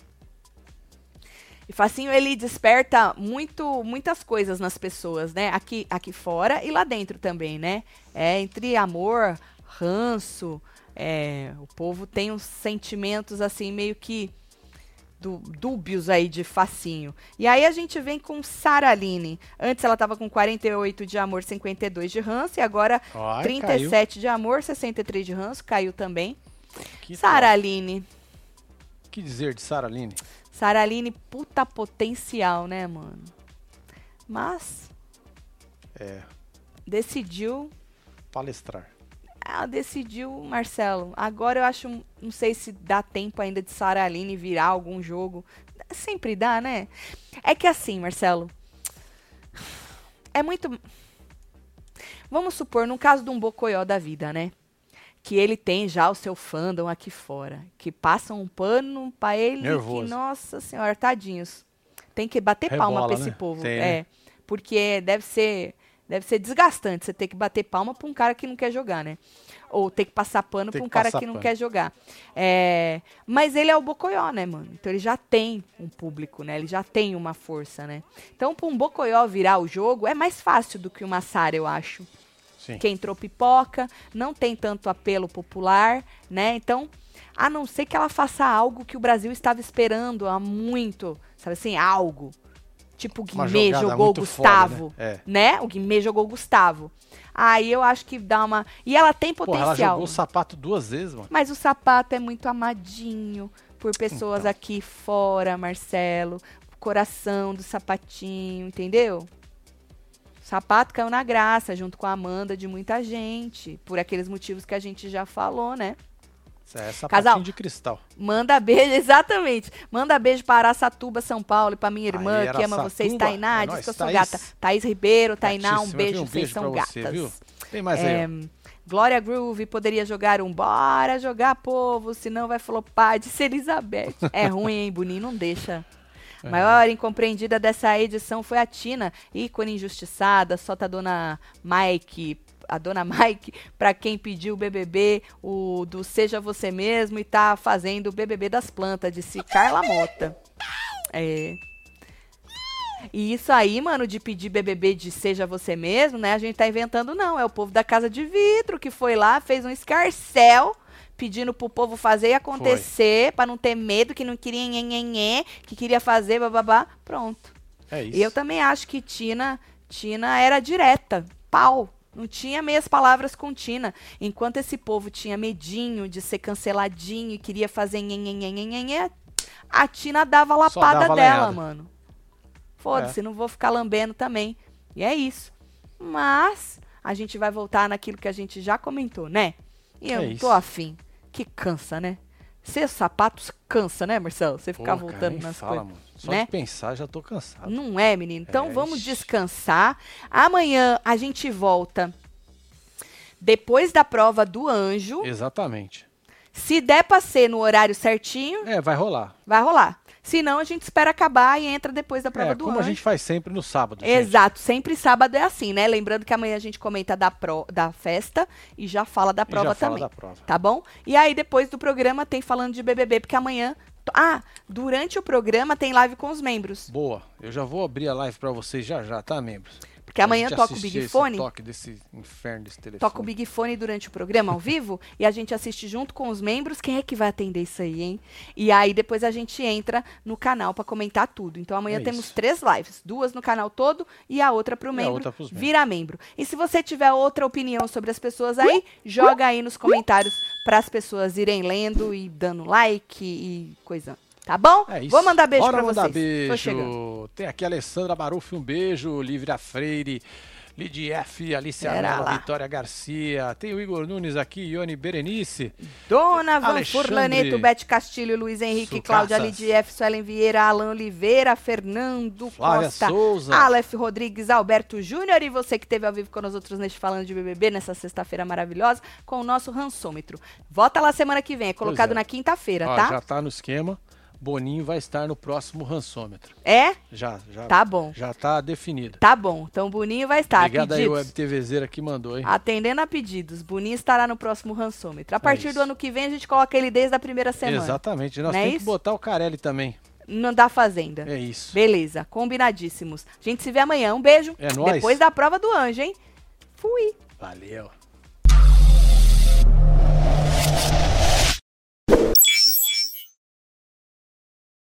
Speaker 1: E Facinho, ele desperta muito, muitas coisas nas pessoas, né? Aqui, aqui fora e lá dentro também, né? É, entre amor, ranço, é, o povo tem uns sentimentos, assim, meio que du- dúbios aí de Facinho. E aí a gente vem com Saraline. Antes ela tava com quarenta e oito de amor, cinquenta e dois de ranço. E agora
Speaker 2: Ai,
Speaker 1: trinta e sete de amor, sessenta e três de ranço. Caiu também.
Speaker 2: Que
Speaker 1: Saraline.
Speaker 2: top. Que dizer de Saraline?
Speaker 1: Saraline, puta potencial, né, mano? Mas
Speaker 2: É,
Speaker 1: decidiu,
Speaker 2: palestrar.
Speaker 1: ela decidiu, Marcelo. Agora eu acho, não sei se dá tempo ainda de Saraline virar algum jogo. Sempre dá, né? É que assim, Marcelo, é muito... Vamos supor, no caso de um Bocoió da vida, né? Que ele tem já o seu fandom aqui fora. Que passam um pano pra ele
Speaker 2: Nervoso.
Speaker 1: que, nossa senhora, tadinhos. Tem que bater
Speaker 2: Rebola,
Speaker 1: palma pra
Speaker 2: né?
Speaker 1: esse povo.
Speaker 2: Tem,
Speaker 1: é.
Speaker 2: né?
Speaker 1: Porque deve ser, deve ser desgastante você ter que bater palma pra um cara que não quer jogar, né? Ou ter que passar pano
Speaker 2: Tem
Speaker 1: pra um
Speaker 2: que
Speaker 1: cara
Speaker 2: passar
Speaker 1: que não
Speaker 2: pano.
Speaker 1: quer jogar. É, mas ele é o Bocoió, né, mano? Então ele já tem um público, né? Ele já tem uma força, né? Então pra um Bocoió virar o jogo é mais fácil do que uma Sara, eu acho.
Speaker 2: Sim.
Speaker 1: Que entrou pipoca, não tem tanto apelo popular, né? Então, a não ser que ela faça algo que o Brasil estava esperando há muito, sabe assim, algo. Tipo o
Speaker 2: Uma
Speaker 1: Guimê
Speaker 2: jogada
Speaker 1: jogou o
Speaker 2: muito
Speaker 1: Gustavo,
Speaker 2: foda, né? É.
Speaker 1: né? O Guimê jogou o Gustavo. Aí eu acho que dá uma... E ela tem
Speaker 2: Porra,
Speaker 1: potencial.
Speaker 2: ela jogou o sapato duas vezes, mano.
Speaker 1: Mas o Sapato é muito amadinho por pessoas
Speaker 2: Então.
Speaker 1: aqui fora, Marcelo. O coração do Sapatinho, entendeu? O Sapato caiu na graça, junto com a Amanda de muita gente, por aqueles motivos que a gente já falou, né?
Speaker 2: Isso é sapatinho
Speaker 1: Casal,
Speaker 2: de cristal.
Speaker 1: Manda beijo, exatamente. Manda beijo para Araçatuba, São Paulo, e para minha irmã,
Speaker 2: Aí,
Speaker 1: que ama vocês,
Speaker 2: Araçatuba.
Speaker 1: Tainá,
Speaker 2: É
Speaker 1: diz
Speaker 2: nóis,
Speaker 1: que eu sou
Speaker 2: Thaís.
Speaker 1: gata. Thaís Ribeiro, Tainá, um
Speaker 2: Gatíssima,
Speaker 1: beijo,
Speaker 2: viu? Um
Speaker 1: vocês
Speaker 2: beijo
Speaker 1: são
Speaker 2: pra
Speaker 1: gatas.
Speaker 2: você, viu? Tem mais aí,
Speaker 1: É,
Speaker 2: ó.
Speaker 1: Glória Groove poderia jogar um bora jogar, povo, senão vai flopar, disse Elizabeth. É ruim, hein, Boninho? Não deixa. A maior incompreendida dessa edição foi a Tina, ícone injustiçada, solta a dona Mike, a dona Mike, pra quem pediu o B B B, o do Seja Você Mesmo, e tá fazendo o B B B das plantas, disse Carla Mota. É... E isso aí, mano, de pedir B B B de Seja Você Mesmo, né? A gente tá inventando, não. É o povo da Casa de Vidro que foi lá, fez um escarcéu, pedindo pro povo fazer e acontecer, pra não ter medo, que não queria nhenhenhê, que queria fazer, bababá. Pronto.
Speaker 2: É isso.
Speaker 1: E eu também acho que Tina, Tina era direta. Pau. Não tinha meias palavras com Tina. Enquanto esse povo tinha medinho de ser canceladinho e queria fazer nhenhenhenhenhenhê, a Tina dava a lapada
Speaker 2: dava
Speaker 1: dela,
Speaker 2: lenhada.
Speaker 1: mano. Foda-se, não vou ficar lambendo também. E é isso. Mas a gente vai voltar naquilo que a gente já comentou, né? E eu
Speaker 2: É
Speaker 1: não tô
Speaker 2: isso.
Speaker 1: afim. Que cansa, né? Ser sapatos cansa, né, Marcelo? Você ficar
Speaker 2: Pô, cara,
Speaker 1: voltando
Speaker 2: nem
Speaker 1: nas
Speaker 2: fala,
Speaker 1: coisas.
Speaker 2: mano. Só
Speaker 1: né?
Speaker 2: de pensar já tô cansado.
Speaker 1: Não é, menino? Então
Speaker 2: É,
Speaker 1: vamos
Speaker 2: ixi.
Speaker 1: descansar. Amanhã a gente volta depois da prova do anjo.
Speaker 2: Exatamente.
Speaker 1: Se der pra ser no horário certinho,
Speaker 2: É, vai rolar.
Speaker 1: vai rolar. Se não, a gente espera acabar e entra depois da prova
Speaker 2: É,
Speaker 1: do
Speaker 2: como
Speaker 1: anjo.
Speaker 2: a gente faz sempre no sábado. gente.
Speaker 1: Exato, sempre sábado é assim, né? Lembrando que amanhã a gente comenta da, pro, da festa e já fala da
Speaker 2: E
Speaker 1: prova
Speaker 2: já fala
Speaker 1: também.
Speaker 2: da prova.
Speaker 1: Tá bom? E aí depois do programa tem falando de B B B, porque amanhã... Ah, durante o programa tem live com os membros.
Speaker 2: Boa. Eu já vou abrir a live pra vocês já já, tá, membros?
Speaker 1: Porque amanhã
Speaker 2: Pra gente
Speaker 1: toca o
Speaker 2: assistir
Speaker 1: Big
Speaker 2: esse
Speaker 1: Fone.
Speaker 2: toque desse inferno desse telefone.
Speaker 1: Toca o Big Fone durante o programa ao vivo e a gente assiste junto com os membros. Quem é que vai atender isso aí, hein? E aí depois a gente entra no canal pra comentar tudo. Então amanhã
Speaker 2: É
Speaker 1: temos
Speaker 2: isso.
Speaker 1: três lives, duas no canal todo e a outra pro
Speaker 2: E a
Speaker 1: membro
Speaker 2: outra pros membros.
Speaker 1: virar membro. E se você tiver outra opinião sobre as pessoas aí, joga aí nos comentários para as pessoas irem lendo e dando like e coisa. Tá bom?
Speaker 2: É isso.
Speaker 1: Vou mandar beijo
Speaker 2: Bora
Speaker 1: pra
Speaker 2: mandar
Speaker 1: vocês.
Speaker 2: beijo.
Speaker 1: Tô chegando.
Speaker 2: Tem aqui a Alessandra Baruf, um beijo. Lívia Freire, Lidia F, Alicia
Speaker 1: Pera
Speaker 2: Mello,
Speaker 1: lá.
Speaker 2: Vitória Garcia. Tem o Igor Nunes aqui, Ione Berenice.
Speaker 1: Dona Van
Speaker 2: Alexandre.
Speaker 1: Furlaneto, Bete Castilho, Luiz Henrique,
Speaker 2: Sucassas.
Speaker 1: Cláudia Lidia F, Suelen Vieira, Alan Oliveira, Fernando
Speaker 2: Flávia
Speaker 1: Costa,
Speaker 2: Souza.
Speaker 1: Aleph Rodrigues, Alberto Júnior e você que esteve ao vivo com nós outros neste Falando de B B B nessa sexta-feira maravilhosa com o nosso rançômetro. Vota lá semana que vem, é colocado
Speaker 2: é.
Speaker 1: na quinta-feira,
Speaker 2: Ó,
Speaker 1: tá?
Speaker 2: já tá no esquema. Boninho vai estar no próximo rançômetro.
Speaker 1: É?
Speaker 2: Já, já.
Speaker 1: Tá bom.
Speaker 2: Já tá definido.
Speaker 1: Tá bom, então o Boninho vai estar.
Speaker 2: Obrigado aí,
Speaker 1: Pedidos.
Speaker 2: Web TVzeira que mandou, hein?
Speaker 1: Atendendo a pedidos, Boninho estará no próximo rançômetro. A partir
Speaker 2: isso.
Speaker 1: do ano que vem a gente coloca ele desde a primeira semana.
Speaker 2: Exatamente. Nós
Speaker 1: Não é
Speaker 2: temos que
Speaker 1: isso?
Speaker 2: botar o Carelli também.
Speaker 1: Não da Fazenda.
Speaker 2: É isso.
Speaker 1: Beleza, combinadíssimos. A gente se vê amanhã. Um beijo.
Speaker 2: É nóis.
Speaker 1: Depois da prova do anjo, hein? Fui.
Speaker 2: Valeu.